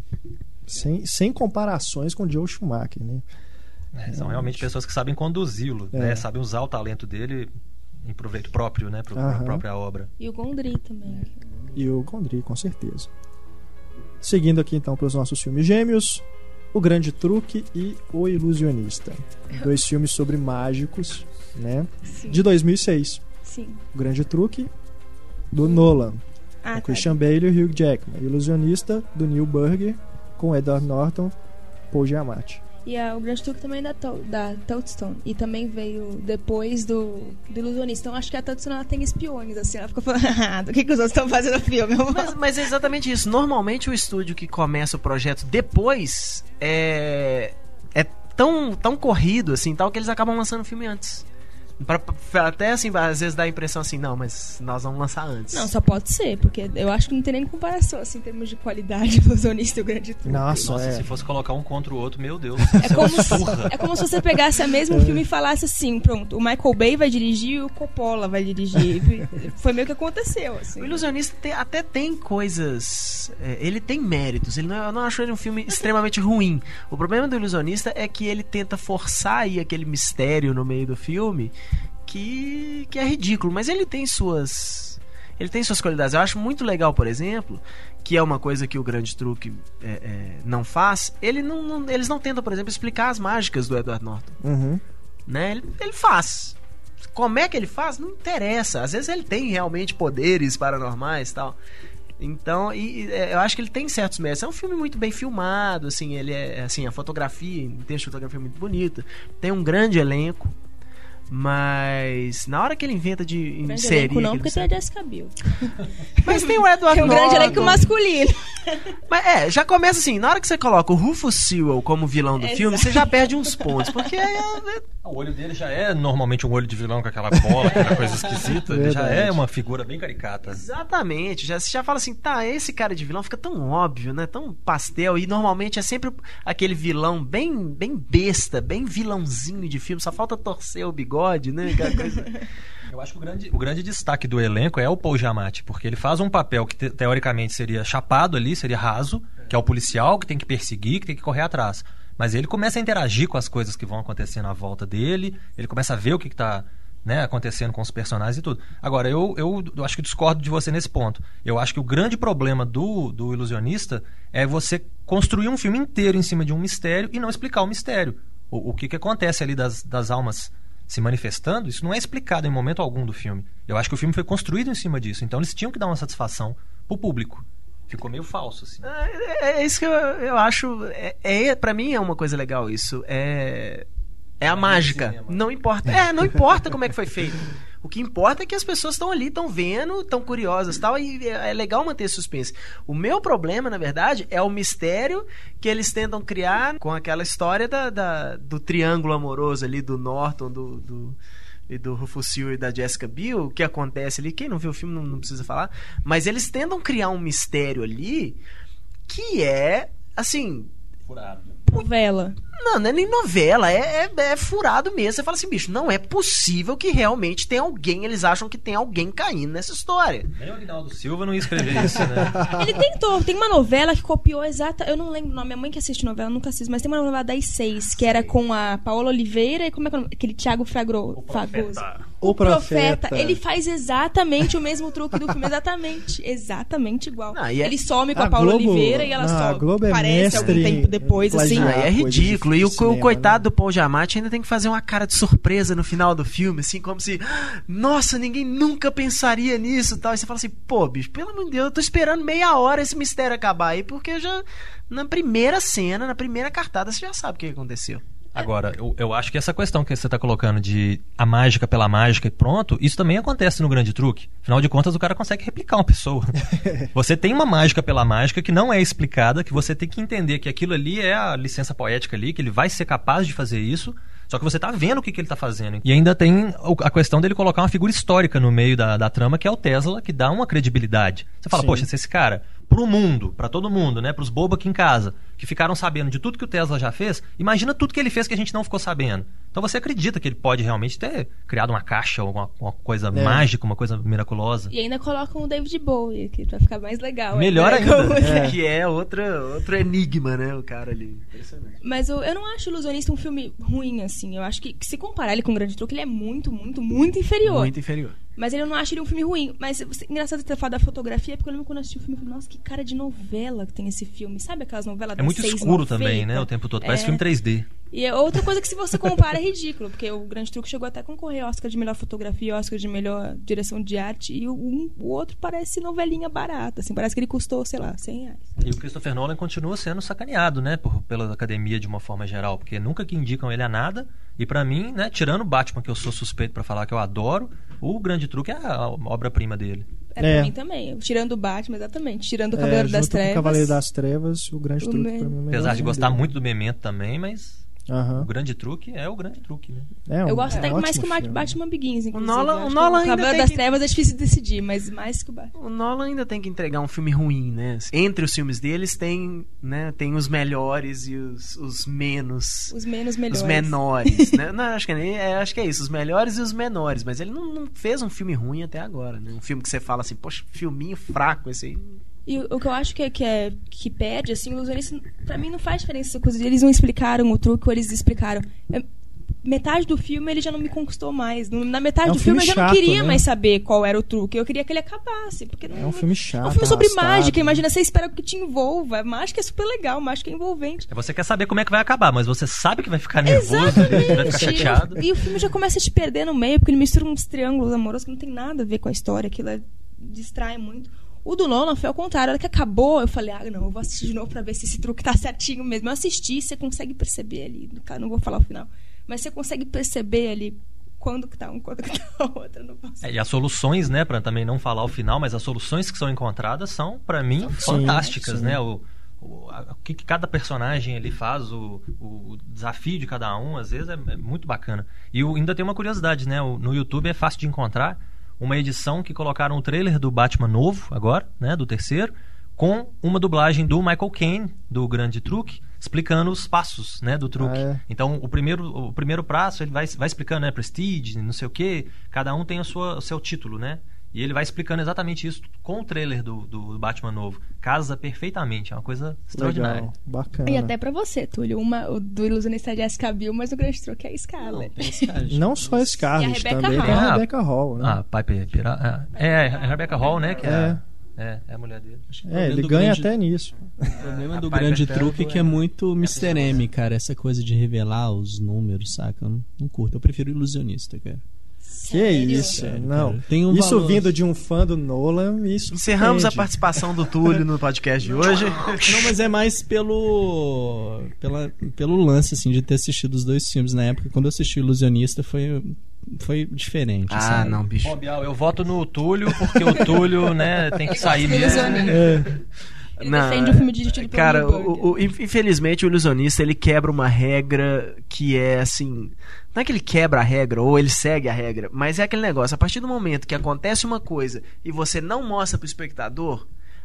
sem comparações com o Joe Schumacher, né? São realmente pessoas que sabem conduzi-lo, né? Sabem usar o talento dele em proveito próprio, né? Para a própria obra. E o Gondry também. E o Gondry, com certeza. Seguindo aqui, então, para os nossos filmes gêmeos, O Grande Truque e O Ilusionista. 2 filmes sobre mágicos, né? Sim. De 2006. Sim. O Grande Truque, do Nolan, com Christian Bale e Hugh Jackman. O Ilusionista, do Neil Burger, com Edward Norton, Paul Giamatti. E o Grande Truque também da Touchstone. E também veio depois do Ilusionista. Então acho que a Touchstone ela tem espiões, assim. Ela fica falando, do que os outros estão fazendo no filme? Mas é exatamente isso. Normalmente o estúdio que começa o projeto depois é tão corrido, assim, tal, que eles acabam lançando o filme antes. Até assim, às vezes dá a impressão assim, não, mas nós vamos lançar antes. Não, só pode ser, porque eu acho que não tem nem comparação, assim, em termos de qualidade, o Ilusionista e o Grande Truque. Nossa, se fosse colocar um contra o outro, meu Deus. É como se você pegasse o mesmo filme e falasse assim, pronto, o Michael Bay vai dirigir e o Coppola vai dirigir. Foi meio que aconteceu, assim. O Ilusionista até tem coisas... ele tem méritos. Eu não acho ele um filme extremamente ruim. O problema do Ilusionista é que ele tenta forçar aí aquele mistério no meio do filme que é ridículo, mas ele tem suas qualidades. Eu acho muito legal, por exemplo, que é uma coisa que o Grande Truque não faz. Eles não tentam, por exemplo, explicar as mágicas do Edward Norton. Né? Ele faz. Como é que ele faz? Não interessa. Às vezes ele tem realmente poderes paranormais e tal. Então, eu acho que ele tem certos méritos. É um filme muito bem filmado, assim, ele assim, a fotografia, em termos de fotografia, é muito bonita. Tem um grande elenco. Mas na hora que ele inventa de inserir... Não, porque tem a Jessica Biel. Mas tem o Edward Norton. Tem um grande elenco masculino. Mas já começa assim, na hora que você coloca o Rufus Sewell como vilão do filme, você já perde uns pontos, porque o olho dele já é normalmente um olho de vilão com aquela bola, aquela coisa esquisita. Ele já é uma figura bem caricata. Exatamente. Você já fala assim, esse cara de vilão fica tão óbvio, né? Tão pastel. E normalmente é sempre aquele vilão bem besta, bem vilãozinho de filme. Só falta torcer o bigode, né? Aquela coisa... Eu acho que o grande destaque do elenco é o Paul Giamatti, porque ele faz um papel que teoricamente seria chapado ali, seria raso, que é o policial que tem que perseguir, que tem que correr atrás. Mas ele começa a interagir com as coisas que vão acontecendo à volta dele, ele começa a ver o que está, né, acontecendo com os personagens e tudo. Agora, eu acho que discordo de você nesse ponto. Eu acho que o grande problema do Ilusionista é você construir um filme inteiro em cima de um mistério e não explicar o mistério. O que acontece ali das almas se manifestando, isso não é explicado em momento algum do filme. Eu acho que o filme foi construído em cima disso. Então eles tinham que dar uma satisfação pro público. Ficou meio falso, assim. É isso que eu acho... pra mim é uma coisa legal isso. É a mágica. Cinema. Não importa. Não importa como é que foi feito. O que importa é que as pessoas estão ali, estão vendo, estão curiosas e tal, e é legal manter suspense. O meu problema, na verdade, é o mistério que eles tentam criar com aquela história do triângulo amoroso ali, do Norton, do Rufus Sewell e da Jessica Biel, o que acontece ali. Quem não viu o filme não precisa falar, mas eles tentam criar um mistério ali que é, assim... Furado. Novela. Não é nem novela, é furado mesmo. Você fala assim, bicho, não é possível que realmente tem alguém, eles acham que tem alguém caindo nessa história. Nem o Aguinaldo Silva não ia escrever isso, né? Ele tentou, tem uma novela que copiou eu não lembro o nome, minha mãe que assiste novela, nunca assisto, mas tem uma novela das 6, que era com a Paola Oliveira e como é que é aquele Thiago Fragoso. O Profeta, ele faz exatamente o mesmo truque do filme, exatamente igual. Ele some com a Paula Oliveira e ela só aparece algum tempo depois, assim. É ridículo. E o coitado do Paul Giamatti ainda tem que fazer uma cara de surpresa no final do filme, assim, como se, nossa, ninguém nunca pensaria nisso e tal. E você fala assim, pô, bicho, pelo amor de Deus, eu tô esperando meia hora esse mistério acabar aí, porque já na primeira cena, na primeira cartada, você já sabe o que aconteceu. Agora, eu acho que essa questão que você está colocando de a mágica pela mágica e pronto, isso também acontece no Grande Truque. Afinal de contas, o cara consegue replicar uma pessoa. Você tem uma mágica pela mágica que não é explicada, que você tem que entender que aquilo ali é a licença poética ali, que ele vai ser capaz de fazer isso, só que você tá vendo o que ele tá fazendo. E ainda tem a questão dele colocar uma figura histórica no meio da trama, que é o Tesla, que dá uma credibilidade. Você fala, poxa, se esse cara, pro mundo, pra todo mundo, né, pros bobos aqui em casa, que ficaram sabendo de tudo que o Tesla já fez, imagina tudo que ele fez que a gente não ficou sabendo. Então você acredita que ele pode realmente ter criado uma caixa, alguma coisa mágica, uma coisa miraculosa. E ainda colocam o David Bowie aqui pra ficar mais legal. Melhor ainda. Que é outro enigma, né, o cara ali. Impressionante. Mas eu não acho Ilusionista um filme ruim, assim. Eu acho que se comparar ele com o Grande Truque, ele é muito, muito, muito inferior. Muito inferior. Mas eu não acho ele um filme ruim. Mas engraçado ter falado da fotografia, porque eu lembro quando eu assisti o filme, eu falei, nossa, que cara de novela que tem esse filme. Sabe aquelas novelas das 6 muito escuro também, né, o tempo todo. Parece filme 3D. E é outra coisa que se você compara é ridículo, porque o Grande Truque chegou até a concorrer ao Oscar de melhor fotografia, Oscar de melhor direção de arte, e o outro parece novelinha barata, assim, parece que ele custou, sei lá, R$100. E o Christopher Nolan continua sendo sacaneado, né, pela academia de uma forma geral, porque nunca que indicam ele a nada, e pra mim, né, tirando o Batman, que eu sou suspeito pra falar que eu adoro, o Grande Truque é a obra-prima dele. Pra mim também. Tirando o Batman, exatamente. Tirando o Cavaleiro das Trevas. O Cavaleiro das Trevas, o Grande Truque pra mim é apesar de gostar muito do Memento também, mas o Grande Truque é o Grande Truque, né? Eu gosto até mais que o Batman Begins, inclusive. O Nolan ainda Cavaleiro das Trevas é difícil de decidir, mas mais que o Batman. O Nolan ainda tem que entregar um filme ruim, né? Entre os filmes deles tem os melhores e os menos... Os menos melhores. Os menores, né? Não, acho que é isso, os melhores e os menores. Mas ele não fez um filme ruim até agora, né? Um filme que você fala assim, poxa, filminho fraco esse aí... E o que eu acho que perde, assim, o Ilusionista, pra mim não faz diferença essa coisa. Eles não explicaram o truque, ou eles explicaram. Metade do filme ele já não me conquistou mais. Na metade do filme eu já não queria mais saber qual era o truque. Eu queria que ele acabasse. Porque é um filme chato. É um filme sobre mágica. Imagina, você espera que te envolva. Mágica é super legal, mágica é envolvente. Você quer saber como é que vai acabar, mas você sabe que vai ficar nervoso, vai ficar chateado. E o filme já começa a te perder no meio, porque ele mistura uns triângulos amorosos que não tem nada a ver com a história. Aquilo distrai muito. O do Nolan foi ao contrário. A hora que acabou, eu falei, não, eu vou assistir de novo pra ver se esse truque tá certinho mesmo. Eu assisti, você consegue perceber ali. Não vou falar o final. Mas você consegue perceber ali quando que tá um, quando que tá o outro. Não posso. E as soluções, né, pra também não falar o final, mas as soluções que são encontradas são, pra mim, fantásticas, né? O que cada personagem ele faz, o desafio de cada um, às vezes, é muito bacana. E ainda tem uma curiosidade, né? No YouTube é fácil de encontrar uma edição que colocaram o trailer do Batman novo, agora, né, do terceiro, com uma dublagem do Michael Caine, do Grande Truque, explicando os passos, né, do truque. Então, o primeiro passo, ele vai explicando, né, Prestige, não sei o quê, cada um tem o seu título, né? E ele vai explicando exatamente isso com o trailer do Batman novo. Casa perfeitamente, é uma coisa extraordinária. Legal, bacana. E até pra você, Túlio, o do Ilusionista de Jessica Biel, mas o Grande Truque é a Scarlett. Não só a Scarlett, também tem a Rebecca Hall, né? Piper. A Rebecca Hall, né, que é a mulher dele. Ele ganha até nisso. O problema do Grande Truque é que é muito Mr. M, cara. Essa coisa de revelar os números, saca? Eu não curto. Eu prefiro Ilusionista, cara. Que isso, não. Tem isso valor. Vindo de um fã do Nolan, isso. Encerramos a participação do Túlio no podcast de hoje. Não, mas é mais pelo lance, assim, de ter assistido os dois filmes na época. Quando eu assisti o Ilusionista, foi diferente. Sabe? Não, bicho. Bial, eu voto no Túlio, porque o Túlio, né, tem que sair mesmo. Ele defende o filme dirigido pelo cara, infelizmente o Ilusionista ele quebra uma regra que é assim, não é que ele quebra a regra ou ele segue a regra, mas é aquele negócio, a partir do momento que acontece uma coisa e você não mostra pro espectador,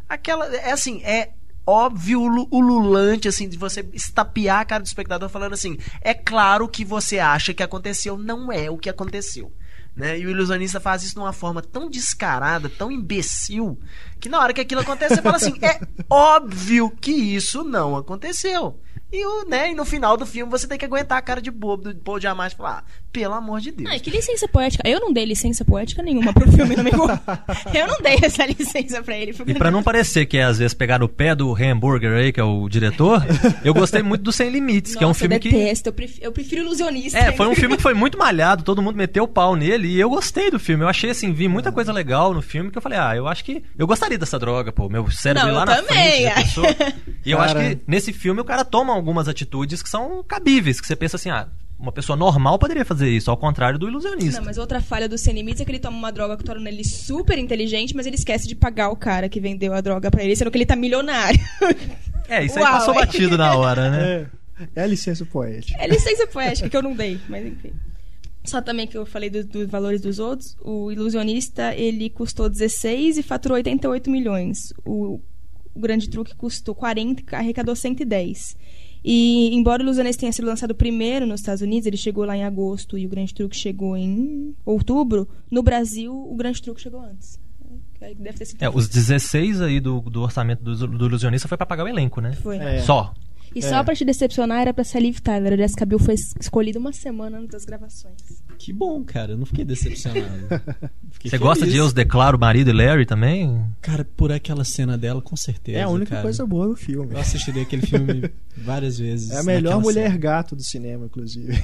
é óbvio, ululante, assim, de você estapear a cara do espectador falando assim, é claro que você acha que aconteceu, não é o que aconteceu. Né? E o Ilusionista faz isso de uma forma tão descarada, tão imbecil, que na hora que aquilo acontece você fala assim, é óbvio que isso não aconteceu. E no final do filme você tem que aguentar a cara de bobo do Paul Giamatti e falar, pelo amor de Deus. Que licença poética. Eu não dei licença poética nenhuma pro filme, não me Eu não dei essa licença pra ele. E pra não parecer que é, às vezes, pegar no pé do Hamburger aí, que é o diretor, eu gostei muito do Sem Limites, que é um filme eu prefiro Ilusionista. Foi um filme que foi muito malhado, todo mundo meteu o pau nele, e eu gostei do filme. Eu achei, assim, vi muita coisa legal no filme, que eu falei, eu acho que eu gostaria dessa droga, pô, meu cérebro lá na frente da pessoa. E eu acho que nesse filme o cara toma algumas atitudes que são cabíveis, que você pensa assim, uma pessoa normal poderia fazer isso, ao contrário do Ilusionista. Não, mas outra falha do Sem Limites é que ele toma uma droga que torna ele super inteligente, mas ele esquece de pagar o cara que vendeu a droga pra ele, sendo que ele tá milionário. Isso aí passou batido na hora, né? É a licença poética. É licença poética que eu não dei, mas enfim. Só também que eu falei dos valores dos outros, o Ilusionista, ele custou 16 e faturou 88 milhões. O Grande Truque custou 40 e arrecadou 110. E embora o Ilusionista tenha sido lançado primeiro nos Estados Unidos, ele chegou lá em agosto e o Grande Truque chegou em outubro, no Brasil o Grande Truque chegou antes. Deve ter sido os 16 aí do orçamento do Ilusionista foi pra pagar o elenco, né? Foi. Só. E só pra te decepcionar, era pra ser a Liv Tyler. A Jessica Biel foi escolhida uma semana antes das gravações. Que bom, cara. Eu não fiquei decepcionado. Você gosta de Eu Os Declaro, Marido e Larry também? Cara, por aquela cena dela, com certeza. É a única coisa boa do filme. Eu assistiria aquele filme várias vezes. É a melhor mulher gato do cinema, inclusive.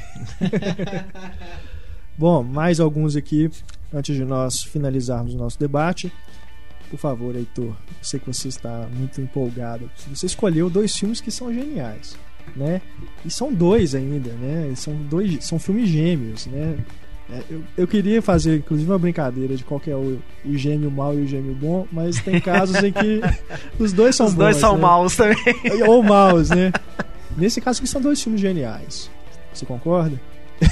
Bom, mais alguns aqui, antes de nós finalizarmos o nosso debate. Por favor, Heitor, eu sei que você está muito empolgado. Você escolheu 2 filmes que são geniais, né? E são 2 ainda, né? São filmes gêmeos, né? Eu queria fazer, inclusive, uma brincadeira de qual que é o gêmeo mau e o gêmeo bom, mas tem casos em que os dois são bons. Os dois são maus também. Ou maus, né? Nesse caso aqui são 2 filmes geniais. Você concorda?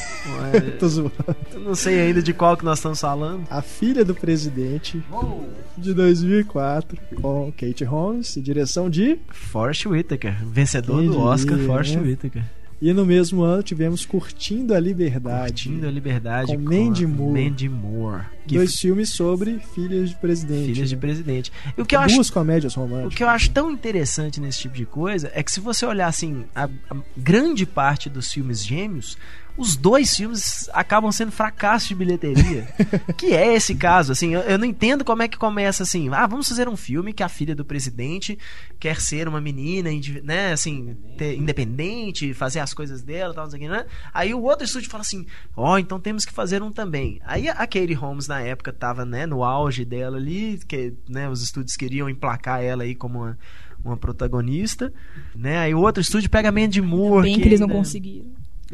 Tô zoando. Eu não sei ainda de qual que nós estamos falando. A Filha do Presidente, de 2004, com Kate Holmes, e direção de Forest Whitaker, vencedor do Oscar, Forest Whitaker. E no mesmo ano tivemos Curtindo a Liberdade. Com Mandy Moore. 2 filmes sobre filhas de presidente. E o que eu acho, 2 comédias românticas. O que eu acho tão interessante nesse tipo de coisa é que se você olhar assim, a grande parte dos filmes gêmeos, os 2 filmes acabam sendo fracassos de bilheteria. Que é esse caso, assim, eu não entendo como é que começa assim, vamos fazer um filme que a filha do presidente quer ser uma menina, né, assim, independente, fazer as coisas dela, tal, não sei o que, né? Aí o outro estúdio fala assim, então temos que fazer um também. Aí a Katie Holmes na época tava, né, no auge dela ali, que, né, os estúdios queriam emplacar ela aí como uma protagonista, né? Aí o outro estúdio pega a Mandy Moore, bem que eles não conseguiram.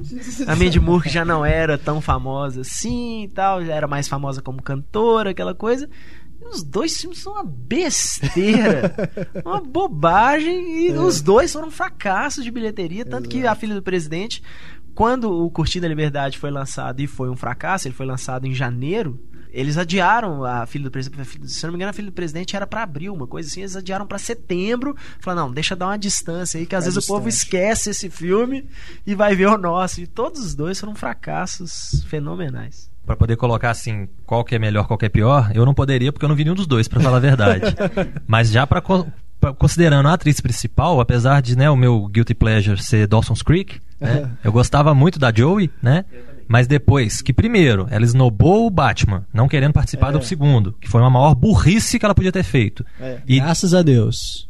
A Mandy Moore, que já não era tão famosa assim e tal, já era mais famosa como cantora, aquela coisa. E os 2 filmes são uma besteira, uma bobagem, e os 2 foram fracassos de bilheteria. Tanto que A Filha do Presidente, quando o Curtindo a Liberdade foi lançado e foi um fracasso, ele foi lançado em janeiro, eles adiaram A Filha do Presidente. Se eu não me engano, A Filha do Presidente era pra abril, uma coisa assim. Eles adiaram pra setembro. Falaram, não, deixa dar uma distância aí, que às vezes o povo esquece esse filme e vai ver o nosso. E todos os 2 foram fracassos fenomenais. Pra poder colocar assim, qual que é melhor, qual que é pior, eu não poderia, porque eu não vi nenhum dos 2, pra falar a verdade. Mas já considerando a atriz principal, apesar de, né, o meu guilty pleasure ser Dawson's Creek, né, eu gostava muito da Joey, né? Mas depois, que primeiro, ela esnobou o Batman, não querendo participar do segundo, que foi uma maior burrice que ela podia ter feito. Graças a Deus.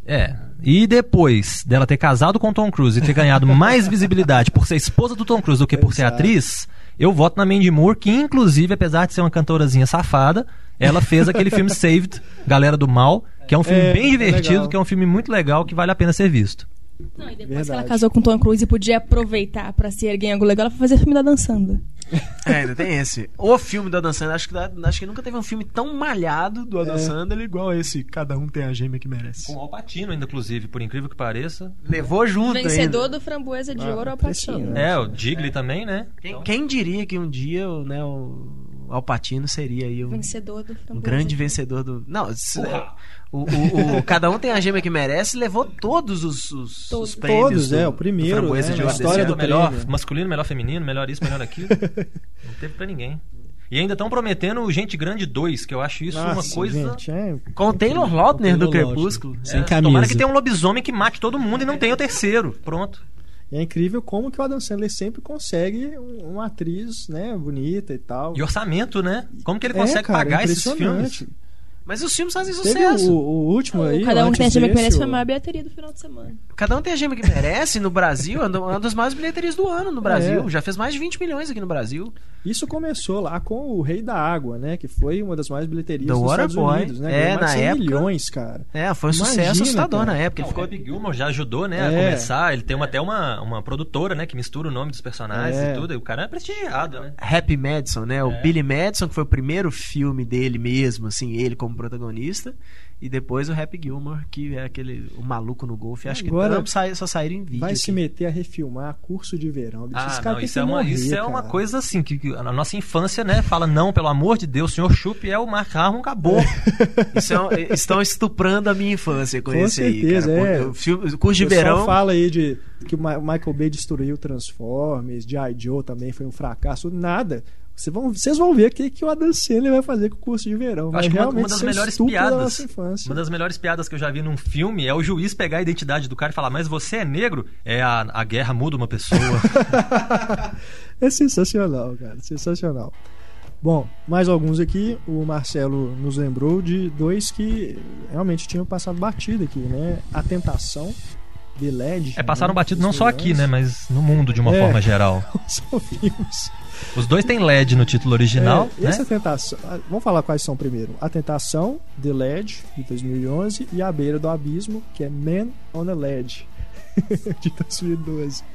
E depois dela ter casado com o Tom Cruise e ter ganhado mais visibilidade por ser esposa do Tom Cruise do que por ser atriz, eu voto na Mandy Moore, que inclusive, apesar de ser uma cantorazinha safada, ela fez aquele filme Saved, Galera do Mal, que é um filme bem divertido, que é um filme muito legal, que vale a pena ser visto. Não, e depois que ela casou com o Tom Cruise e podia aproveitar pra se erguer em algo legal, ela foi fazer o filme da Dan Sandler. Ainda tem esse. O filme do Adam Sandler, acho que nunca teve um filme tão malhado do Adam Sandler igual esse Cada Um Tem a Gêmea que Merece. Com o Al Pacino ainda, inclusive, por incrível que pareça. Levou junto vencedor ainda. Do Framboesa de Ouro, Al Pacino. O Digley também, né? Quem diria que um dia, né, o Al Pacino seria aí vencedor do Framboesa. Um grande vencedor do... Não, o Cada Um Tem a Gêmea que Merece levou todos os prêmios. Todos, o primeiro, né, de a história do melhor prêmio. Masculino, melhor feminino, melhor isso, melhor aquilo. Não teve pra ninguém. E ainda estão prometendo Gente Grande 2, que eu acho isso uma coisa... Gente, com o Taylor Lautner do Crepúsculo. Sem camisa. Tomara que tenha um lobisomem que mate todo mundo e não tenha o terceiro. Pronto. É incrível como que o Adam Sandler sempre consegue uma atriz, né, bonita e tal. E orçamento, né? Como que ele consegue pagar esses filmes? Mas os filmes fazem Teve sucesso. O último aí. Cada um tem a gema que merece, foi a maior bilheteria do final de semana. Cada um tem a gema que merece no Brasil, é uma das maiores bilheterias do ano no Brasil. Já fez mais de 20 milhões aqui no Brasil. Isso começou lá com o Rei da Água, né? Que foi uma das maiores bilheterias do dos Estados Unidos, né? Na época, milhões, cara. Foi um sucesso assustador na época. O Happy Gilmore já ajudou, né, a começar. Ele tem até uma produtora, né, que mistura o nome dos personagens e tudo. E o cara é prestigiado, né? Happy Madison, né? O Billy Madison, que foi o primeiro filme dele mesmo, assim, ele como protagonista. E depois o Happy Gilmore, que é o maluco no golfe. Acho agora, que só saíram em vídeo. Vai aqui. Se meter a refilmar Curso de Verão. Isso é uma coisa assim, que a nossa infância, né, fala, não, pelo amor de Deus, o Sr. Chup é o Mark Harmon, acabou. Estão estuprando a minha infância com esse certeza, aí, cara. O Curso de Verão... Só fala aí que o Michael Bay destruiu Transformers, G.I. Joe também foi um fracasso. Nada. Vocês vão ver o que o Adam Sandler vai fazer com o Curso de Verão. Acho que uma das melhores piadas, uma das melhores piadas que eu já vi num filme é o juiz pegar a identidade do cara e falar, mas você é negro? A guerra muda uma pessoa. É sensacional, cara, sensacional. Bom, mais alguns aqui. O Marcelo nos lembrou de dois que realmente tinham passado batido aqui, né? A Tentação, The Ledge. Passaram batido não só aqui, né? Mas no mundo de uma forma geral. São filmes. Os dois têm LED no título original, né? Essa Tentação, vamos falar quais são primeiro. A Tentação, The Ledge, de 2011, e A Beira do Abismo, que é Man on a Ledge, de 2012.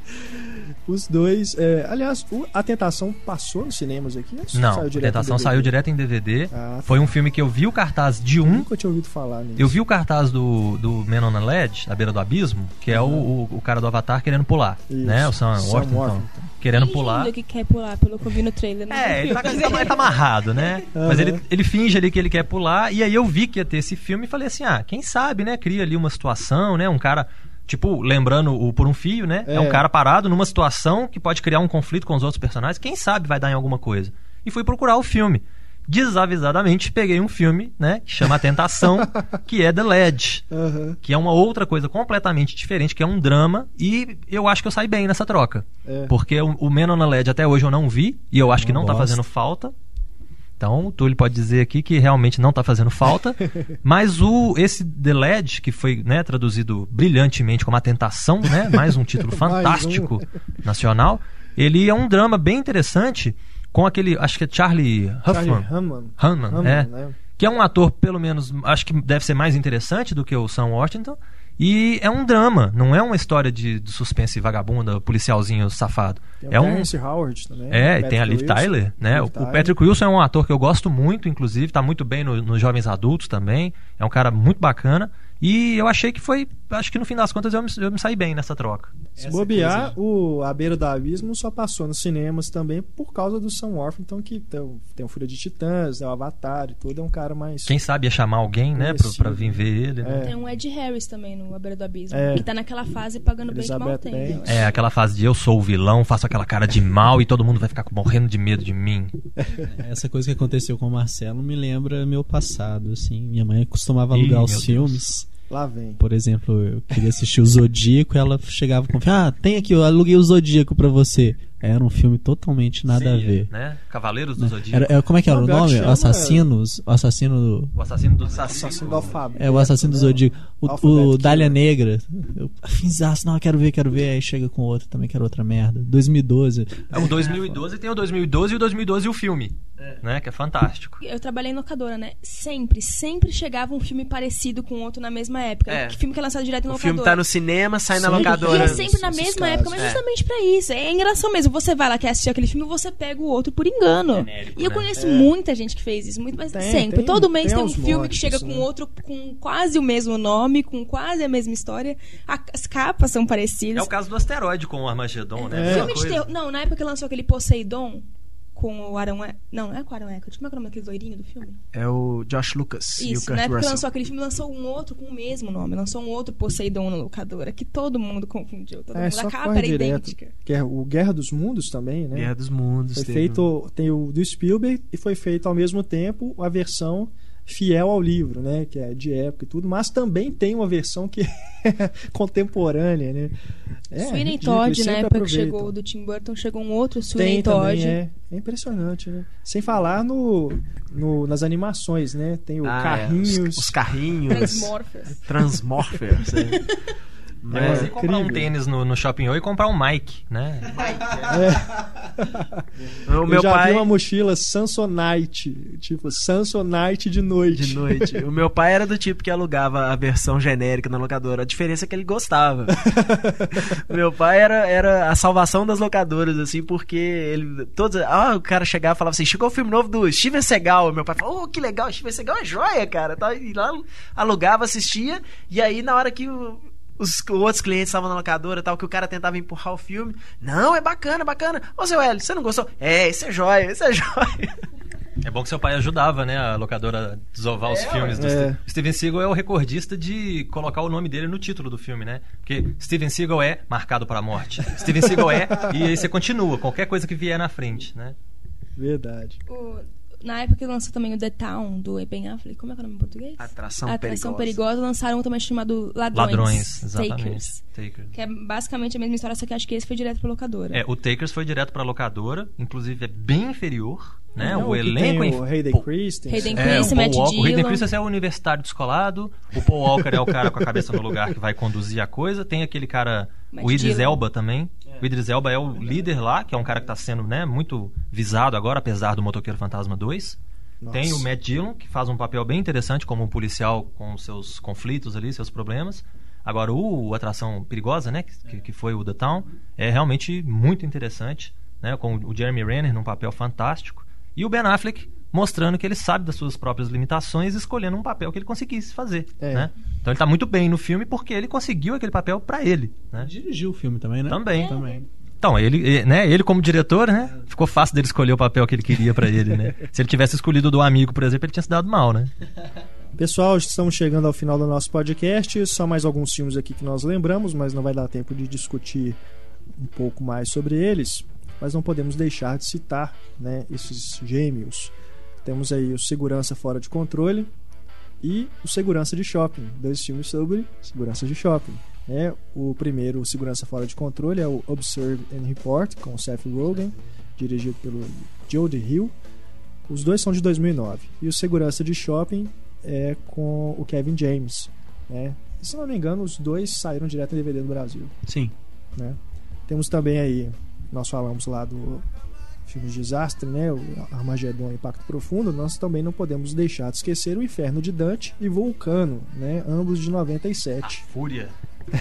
Os dois... aliás, A Tentação passou nos cinemas aqui? Não, A Tentação saiu direto em DVD. Foi um filme que eu vi o cartaz de Nunca tinha ouvido falar nisso. Eu vi o cartaz do Man on a Ledge, A Beira do Abismo, que é o cara do Avatar querendo pular. Isso. Né? O Sam Worthington querendo pular. Que quer pular, pelo que eu vi no trailer. Ele tá amarrado, né? Mas ele finge ali que ele quer pular. E aí eu vi que ia ter esse filme e falei assim, quem sabe, né? Cria ali uma situação, né? Um cara... Tipo, lembrando o Por um Fio, né? É um cara parado numa situação que pode criar um conflito com os outros personagens. Quem sabe vai dar em alguma coisa. E fui procurar o filme. Desavisadamente, peguei um filme, né? Que chama A Tentação, que é The Ledge. Que é uma outra coisa completamente diferente, que é um drama. E eu acho que eu saí bem nessa troca. Porque o Man on a Ledge até hoje eu não vi. E eu acho que não tá fazendo falta. Então, o Túlio pode dizer aqui que realmente não está fazendo falta. Mas esse The Ledge, que foi, né, traduzido brilhantemente como A Tentação, né, mais um título fantástico nacional, ele é um drama bem interessante com aquele, acho que é Charlie Hunnam, né? Que é um ator, pelo menos, acho que deve ser mais interessante do que o Sam Worthington. E é um drama, não é uma história de suspense vagabunda, policialzinho safado. Tem o Terrence Howard também. E tem a Liv Tyler, né? O Patrick Wilson é um ator que eu gosto muito, inclusive, tá muito bem nos Jovens Adultos também. É um cara muito bacana. E eu achei que foi... Acho que no fim das contas eu me saí bem nessa troca. Se bobear, A Beira do Abismo só passou nos cinemas também por causa do Sam Worthington, que tem o Fúria de Titãs, o Avatar e tudo. É um cara mais... Quem sabe ia chamar alguém, né? Pra vir ver ele. Né? Tem um Ed Harris também no A Beira do Abismo. Que tá naquela fase pagando bem que mal tem. Aquela fase de eu sou o vilão, faço aquela cara de mal e todo mundo vai ficar morrendo de medo de mim. Essa coisa que aconteceu com o Marcelo me lembra meu passado, assim. Minha mãe costumava alugar os filmes. Lá vem. Por exemplo, eu queria assistir o Zodíaco, ela chegava com... tem aqui, eu aluguei o Zodíaco pra você. Era um filme totalmente nada a ver. Né? Cavaleiros do Zodíaco. Como é que era o nome? O assassino do alfabeto. O assassino do Zodíaco. O Dália Negra. Finzaço, não, quero ver. Aí chega com outro também, que era outra merda. 2012. O 2012 tem o 2012 e o 2012 o filme. Né? Que é fantástico. Eu trabalhei em locadora, né? Sempre chegava um filme parecido com outro na mesma época. Que filme que é lançado direto na locadora. O filme tá no cinema, sai na locadora. E é sempre na mesma época, mas justamente pra isso. É engraçado mesmo. Você vai lá, quer assistir aquele filme, você pega o outro por engano. Genérico, e eu conheço muita gente que fez isso. Mas sempre. Todo mês tem um filme que chega com outro com quase o mesmo nome, com quase a mesma história. As capas são parecidas. É o caso do Asteroide com o Armagedon, né? Filme de terror. Não, na época que lançou aquele Poseidon com o Aaron Eckhart. Não é com o Aaron Eckhart. Como é o nome daquele loirinho do filme? É o Josh Lucas. Isso, e o Kurt na época Russell. que lançou aquele filme, lançou um outro com o mesmo nome. Lançou um outro Poseidon na locadora, que todo mundo confundiu. Todo mundo. A capa era idêntica. Que é o Guerra dos Mundos também, né? Guerra dos Mundos. Foi feito, tem o do Spielberg e foi feito ao mesmo tempo a versão fiel ao livro, né? Que é de época e tudo, mas também tem uma versão que é contemporânea, né? Sweeney Todd, na época que chegou do Tim Burton, chegou um outro Sweeney Todd. É impressionante, né? Sem falar nas animações, né? Tem o carrinhos. Os carrinhos. Transmorphers. Você comprar um tênis no Shopping e comprar um Mike, né? Eu já vi uma mochila Samsonite, tipo Samsonite de noite. O meu pai era do tipo que alugava a versão genérica na locadora. A diferença é que ele gostava. O meu pai era a salvação das locadoras, assim, porque ele o cara chegava e falava assim: chegou o filme novo do Steven Seagal. Meu pai falou: que legal, Steven Seagal é joia, cara. E lá alugava, assistia, e aí na hora que os outros clientes estavam na locadora, tal, que o cara tentava empurrar o filme. Não, é bacana. Ô, seu Hélio, você não gostou? Isso é joia. É bom que seu pai ajudava, né, a locadora a desovar os filmes. Steven Seagal é o recordista de colocar o nome dele no título do filme, né? Porque Steven Seagal é marcado para a morte. Steven Seagal e aí você continua, qualquer coisa que vier na frente, né? Verdade. Na época que lançou também o The Town, do Ben Affleck, como é que é o nome em português? Atração Perigosa, lançaram um também chamado Ladrões, exatamente. Takers. Que é basicamente a mesma história, só que acho que esse foi direto pra locadora. O Takers foi direto pra locadora, inclusive é bem inferior, né? O elenco é o Hayden Christensen. Matt Dillon. O Hayden Christensen é o universitário descolado, o Paul Walker é o cara com a cabeça no lugar que vai conduzir a coisa, tem aquele cara, o Idris Elba também. O Idris Elba é o líder lá, que é um cara que está sendo, né, muito visado agora, apesar do Motoqueiro Fantasma 2. Nossa. Tem o Matt Dillon, que faz um papel bem interessante como um policial com seus conflitos ali, seus problemas. Agora, o Atração Perigosa, né, que foi o The Town, é realmente muito interessante, né, com o Jeremy Renner num papel fantástico. E o Ben Affleck mostrando que ele sabe das suas próprias limitações e escolhendo um papel que ele conseguisse fazer, né? Então ele está muito bem no filme porque ele conseguiu aquele papel para ele, né? Dirigiu o filme também, né? Também. Então, ele como diretor, né? Ficou fácil dele escolher o papel que ele queria para ele, né? Se ele tivesse escolhido o do amigo, por exemplo, ele tinha se dado mal, né? Pessoal, estamos chegando ao final do nosso podcast. Só mais alguns filmes aqui que nós lembramos, mas não vai dar tempo de discutir um pouco mais sobre eles. Mas não podemos deixar de citar, né, esses gêmeos. Temos aí o Segurança Fora de Controle e o Segurança de Shopping. 2 filmes sobre segurança de shopping. O primeiro, o Segurança Fora de Controle, é o Observe and Report, com o Seth Rogen, dirigido pelo Jody Hill. Os dois são de 2009. E o Segurança de Shopping é com o Kevin James. E, se não me engano, os dois saíram direto em DVD do Brasil. Sim. Né? Temos também aí, nós falamos lá do filme de desastre, né? O Armagedon, Impacto Profundo. Nós também não podemos deixar de esquecer o Inferno de Dante e Vulcano, né? Ambos de 97. A Fúria.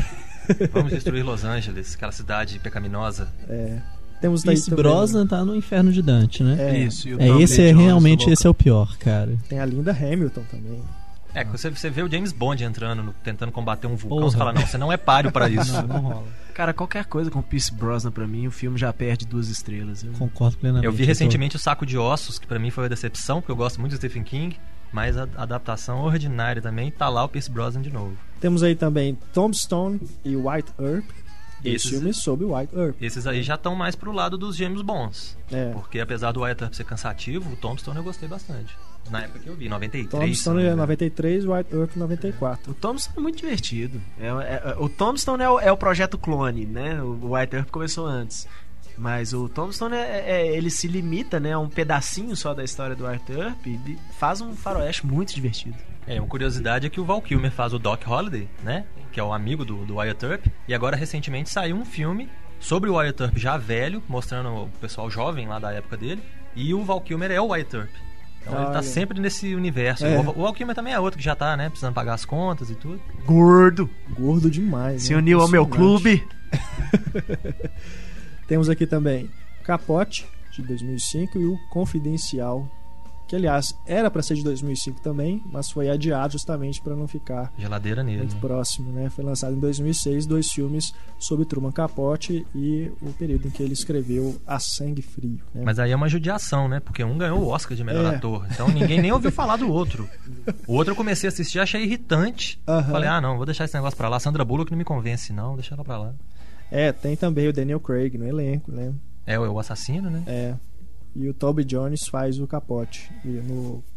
Vamos destruir Los Angeles, aquela cidade pecaminosa. Temos Pierce Brosnan tá no Inferno de Dante, né? Isso. Esse é o pior, cara. Tem a Linda Hamilton também. Você vê o James Bond entrando, tentando combater um vulcão, você fala, não, você não é páreo pra isso. Não rola. Cara, qualquer coisa com Pierce Brosnan pra mim, o filme já perde 2 estrelas. Concordo plenamente. Eu vi recentemente o Saco de Ossos, que pra mim foi uma decepção, porque eu gosto muito do Stephen King, mas a adaptação ordinária também, tá lá o Pierce Brosnan de novo. Temos aí também Tombstone e White Earp. Esses filmes sobre White Earp. Esses aí já estão mais pro lado dos gêmeos bons. Porque apesar do White Earp ser cansativo, o Tombstone eu gostei bastante. Na época que eu vi, 93. Tombstone é 93, White Earp 94. O Tombstone é muito divertido. O Tombstone é o projeto clone, né? O White Earp começou antes. Mas o Tombstone ele se limita, né, a um pedacinho só da história do White Earp e faz um faroeste muito divertido. Uma curiosidade é que o Val Kilmer faz o Doc Holliday, né? Que é o amigo do Wyatt Earp. E agora, recentemente, saiu um filme sobre o Wyatt Earp já velho, mostrando o pessoal jovem lá da época dele. E o Val Kilmer é o Wyatt Earp. Então ele tá sempre nesse universo. O Val Kilmer também é outro que já tá, né? Precisando pagar as contas e tudo. Gordo demais. Se uniu ao meu clube. Temos aqui também Capote, de 2005, e o Confidencial, que aliás era para ser de 2005 também, mas foi adiado justamente para não ficar geladeira nele, muito próximo, né? Foi lançado em 2006, 2 filmes sobre Truman Capote e o período em que ele escreveu A Sangue Frio, né? Mas aí é uma judiação, né? Porque um ganhou o Oscar de melhor ator, então ninguém nem ouviu falar do outro. O outro eu comecei a assistir, achei irritante. Falei, não, vou deixar esse negócio pra lá. Sandra Bullock não me convence, não, deixa ela pra lá. Tem também o Daniel Craig no elenco, né? O assassino, né? E o Toby Jones faz o Capote. E no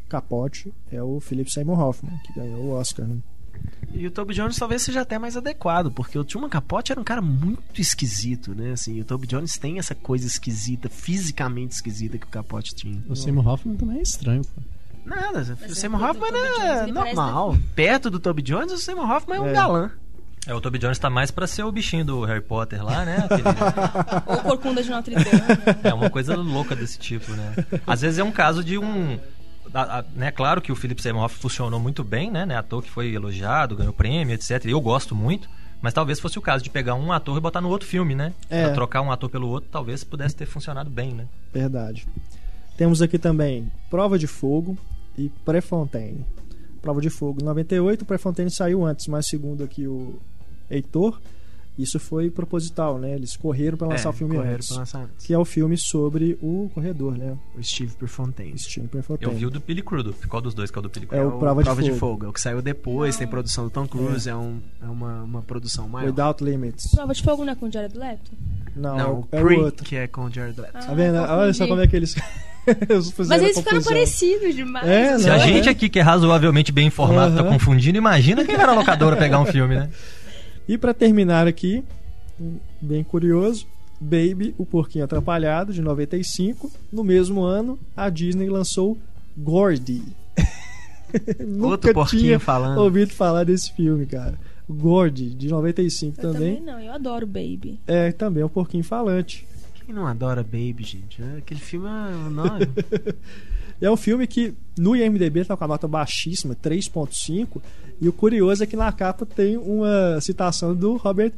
Capote é o Philip Seymour Hoffman, que ganhou o Oscar, né? E o Toby Jones talvez seja até mais adequado, porque o Truman Capote era um cara muito esquisito, né? Assim, o Toby Jones tem essa coisa esquisita, fisicamente esquisita que o Capote tinha. O Seymour Hoffman também é estranho, pô. Nada, o Seymour Hoffman é normal. Perto do Toby Jones, o Seymour Hoffman é um galã. O Toby Jones tá mais pra ser o bichinho do Harry Potter lá, né? Ou Corcunda de Notre Dame. É uma coisa louca desse tipo, né? Às vezes é um caso de né, claro que o Philip Seymour Hoffman funcionou muito bem, né? Ator que foi elogiado, ganhou prêmio, etc. Eu gosto muito, mas talvez fosse o caso de pegar um ator e botar no outro filme, né? Pra trocar um ator pelo outro, talvez pudesse ter funcionado bem, né? Verdade. Temos aqui também Prova de Fogo e Prefontaine. Prova de Fogo em 98, Prefontaine saiu antes, mas segundo aqui o Heitor, isso foi proposital, né? Eles correram para lançar o filme antes. Que é o filme sobre o corredor, né? O Steve Prefontaine. Eu vi o do Billy Crudup. Qual dos dois que é o do Billy Crudup? É o Prova de Fogo. É o que saiu depois, tem produção do Tom Cruise, é uma produção maior. Without Limits. Prova de Fogo não é com o Jared Leto? Não, é o outro. Que é com o Jared Leto. Tá vendo? Olha só como é que eles... Mas eles ficaram parecidos demais. Se a gente aqui que é razoavelmente bem informado tá confundindo, imagina quem era a locadora pegar um filme, né? E pra terminar aqui, bem curioso, Baby, o Porquinho Atrapalhado, de 95. No mesmo ano, a Disney lançou Gordy. Outro porquinho falando. Ouvido falar desse filme, cara. Gordy, de 95 também. Não, eu adoro Baby. É, também é um porquinho falante. Quem não adora Baby, gente? Aquele filme é um filme que no IMDb tá com a nota baixíssima, 3.5, e o curioso é que na capa tem uma citação do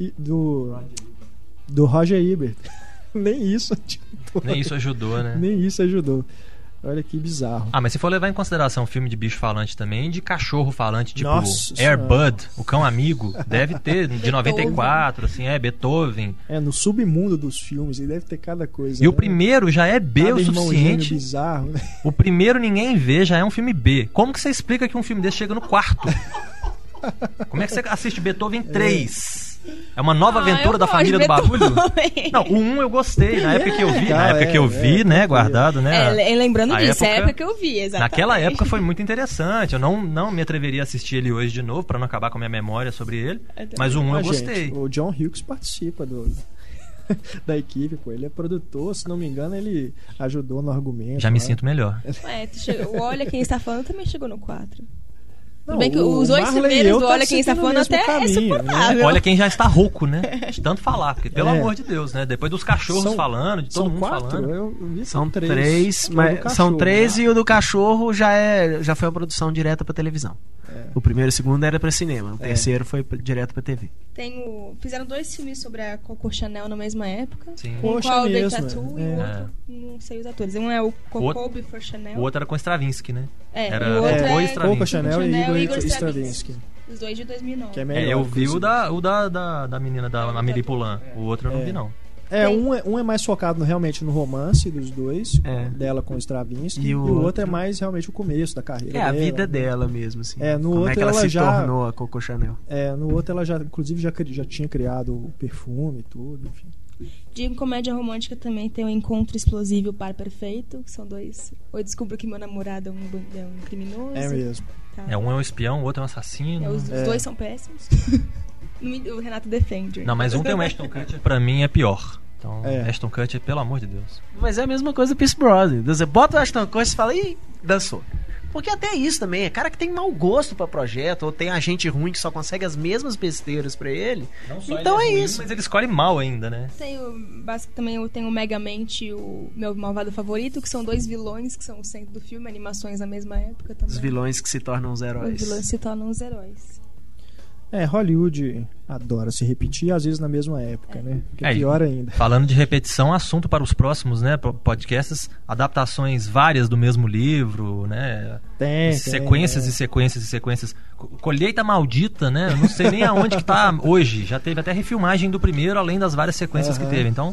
Roger Ebert. Nem isso ajudou, né? Nem isso ajudou. Olha que bizarro. Mas se for levar em consideração um filme de bicho falante também, de cachorro falante, tipo Nossa Air Bud, o cão amigo, deve ter, de 94, assim, Beethoven. No submundo dos filmes, e deve ter cada coisa. E o primeiro já é B cada o suficiente. Bizarro, né? O primeiro ninguém vê, já é um filme B. Como que você explica que um filme desse chega no quarto? Como é que você assiste Beethoven 3? É uma nova aventura da família do Bagulho? Não, o 1 eu gostei, na época que eu vi, né, guardado, né? Lembrando disso, é a época que eu vi, exatamente. Naquela época foi muito interessante. Eu não me atreveria a assistir ele hoje de novo, pra não acabar com a minha memória sobre ele. Mas o 1 eu gostei. Gente, o John Hughes participa da equipe, pô. Ele é produtor, se não me engano, ele ajudou no argumento. Já me sinto melhor. O Olha Quem Está Falando também chegou no 4. Não, bem que os 8 primeiros do Olha Quem Está Falando até é suportável. Né? Olha quem já está rouco, né? De tanto falar, porque pelo amor de Deus, né? Depois dos cachorros falando, de todo mundo 4? falando. Eu vi são 3, mas são 3 e o do cachorro já foi uma produção direta pra televisão. O primeiro e o segundo era pra cinema, o terceiro foi direto pra TV. Fizeram 2 filmes sobre a Coco Chanel na mesma época. Sim. Um qual o Tattoo e o outro, não sei os atores. Um é o Coco Before Chanel. O outro era com Stravinsky, né? Era o outro Coco Chanel e Igor Stravinsky. Os dois de 2009. Que é melhor, eu vi o da menina da Amélie Poulain. O outro eu não vi, não. Um é mais focado realmente no romance dos dois, dela com o Stravinsky, e o outro é mais realmente o começo da carreira dela. A vida dela mesmo, assim. No como outro é que ela se já tornou a Coco Chanel. No outro ela inclusive já tinha criado o perfume e tudo, enfim. De comédia romântica também tem o Encontro Explosivo e o Par Perfeito, que são 2. Eu descubro que meu namorado é um criminoso. É mesmo. Tá. Um é um espião, o outro é um assassino. Os dois são péssimos. O Renato defende. Não, mas um tem o Ashton Kutcher, pra mim é pior. Então, Ashton Kutcher, pelo amor de Deus. Mas é a mesma coisa do Pierce Brosnan. Você bota o Ashton Kutcher e fala, ih, dançou. Porque até isso também, é cara que tem mau gosto pra projeto, ou tem agente ruim que só consegue as mesmas besteiras pra ele. Então é ruim, isso. Mas ele escolhe mal ainda, né? Também eu tenho o Megamente e o meu malvado favorito, que são 2 vilões que são o centro do filme, animações na mesma época também. Os vilões que se tornam os heróis. Os vilões se tornam os heróis. Hollywood adora se repetir, às vezes na mesma época, né? Que é pior ainda. Falando de repetição, assunto para os próximos, né, podcasts, adaptações várias do mesmo livro, né? Sequências e sequências e sequências. Colheita Maldita, né? Eu não sei nem aonde que tá hoje. Já teve até refilmagem do primeiro, além das várias sequências que teve. Então,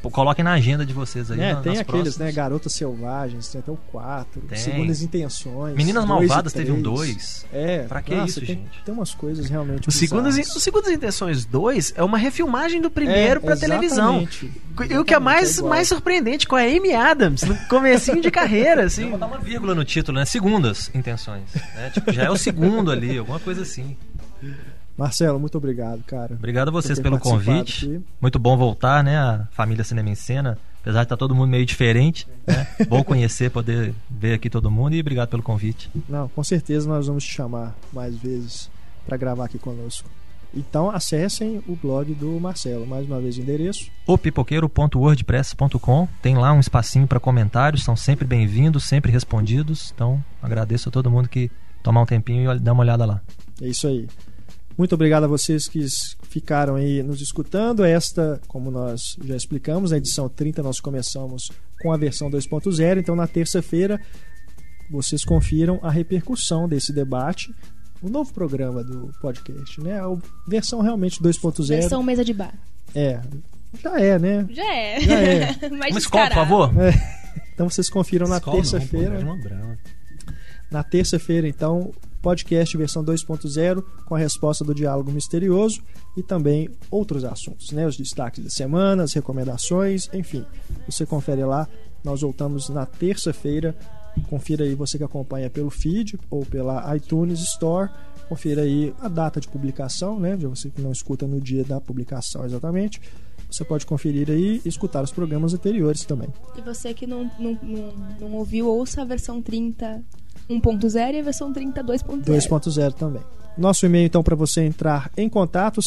coloquem na agenda de vocês aí. Tem aqueles, próximas. né? Garotas Selvagens, tem até o 4, Segundas Intenções. Meninas Malvadas teve um 2. Pra que isso, gente? Tem umas coisas realmente. O Segundas Intenções 2 é uma refilmagem do primeiro pra televisão. E o que é mais surpreendente, com a Amy Adams, no comecinho de carreira, assim. Vou botar uma vírgula no título, né? Segundas Intenções. Né? Tipo, já é o segundo ali, alguma coisa assim. Marcelo, muito obrigado, cara. Obrigado a vocês pelo convite. Aqui. Muito bom voltar, né? A família Cinema em Cena. Apesar de estar todo mundo meio diferente, né? Bom conhecer, poder ver aqui todo mundo, e obrigado pelo convite. Não, com certeza nós vamos te chamar mais vezes para gravar aqui conosco. Então acessem o blog do Marcelo, mais uma vez o endereço: opipoqueiro.wordpress.com. Tem lá um espacinho para comentários, são sempre bem-vindos, sempre respondidos. Então agradeço a todo mundo que tomar um tempinho e dá uma olhada lá. É isso aí. Muito obrigado a vocês que ficaram aí nos escutando. Esta, como nós já explicamos, a edição 30 nós começamos com a versão 2.0. Então na terça-feira vocês confiram a repercussão desse debate, o novo programa do podcast, né? A versão realmente 2.0. Versão mesa de bar. Já é, né? Já é. Uma escola, por favor. Então vocês confiram na terça-feira. Na terça-feira, então, podcast versão 2.0 com a resposta do Diálogo Misterioso e também outros assuntos, né? Os destaques da semana, as recomendações, enfim. Você confere lá. Nós voltamos na terça-feira. Confira aí, você que acompanha pelo feed ou pela iTunes Store. Confira aí a data de publicação, né? Você que não escuta no dia da publicação exatamente. Você pode conferir aí e escutar os programas anteriores também. E você que não ouviu, ouça a versão 30 1.0 e a versão 30 2.0. 2.0 também. Nosso e-mail, então, para você entrar em contato,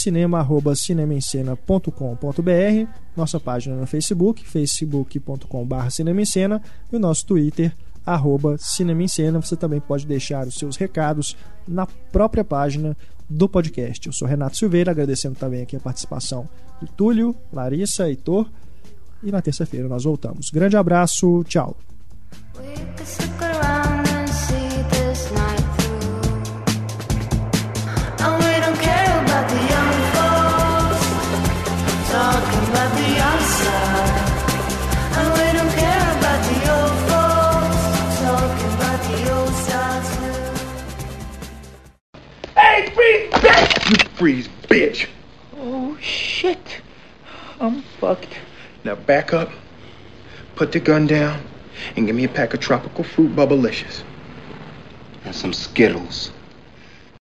cinema@cinemaencena.com.br. Nossa página no Facebook, facebook.com/cinemaencena, e o nosso Twitter, @cinemaencena. Você também pode deixar os seus recados na própria página do podcast. Eu sou Renato Silveira, agradecendo também aqui a participação de Túlio, Larissa, Heitor. E na terça-feira nós voltamos. Grande abraço, tchau. Hey, freeze, bitch! You freeze, bitch! Oh, shit. I'm fucked. Now back up, put the gun down, and give me a pack of tropical fruit Bubblicious. And some Skittles.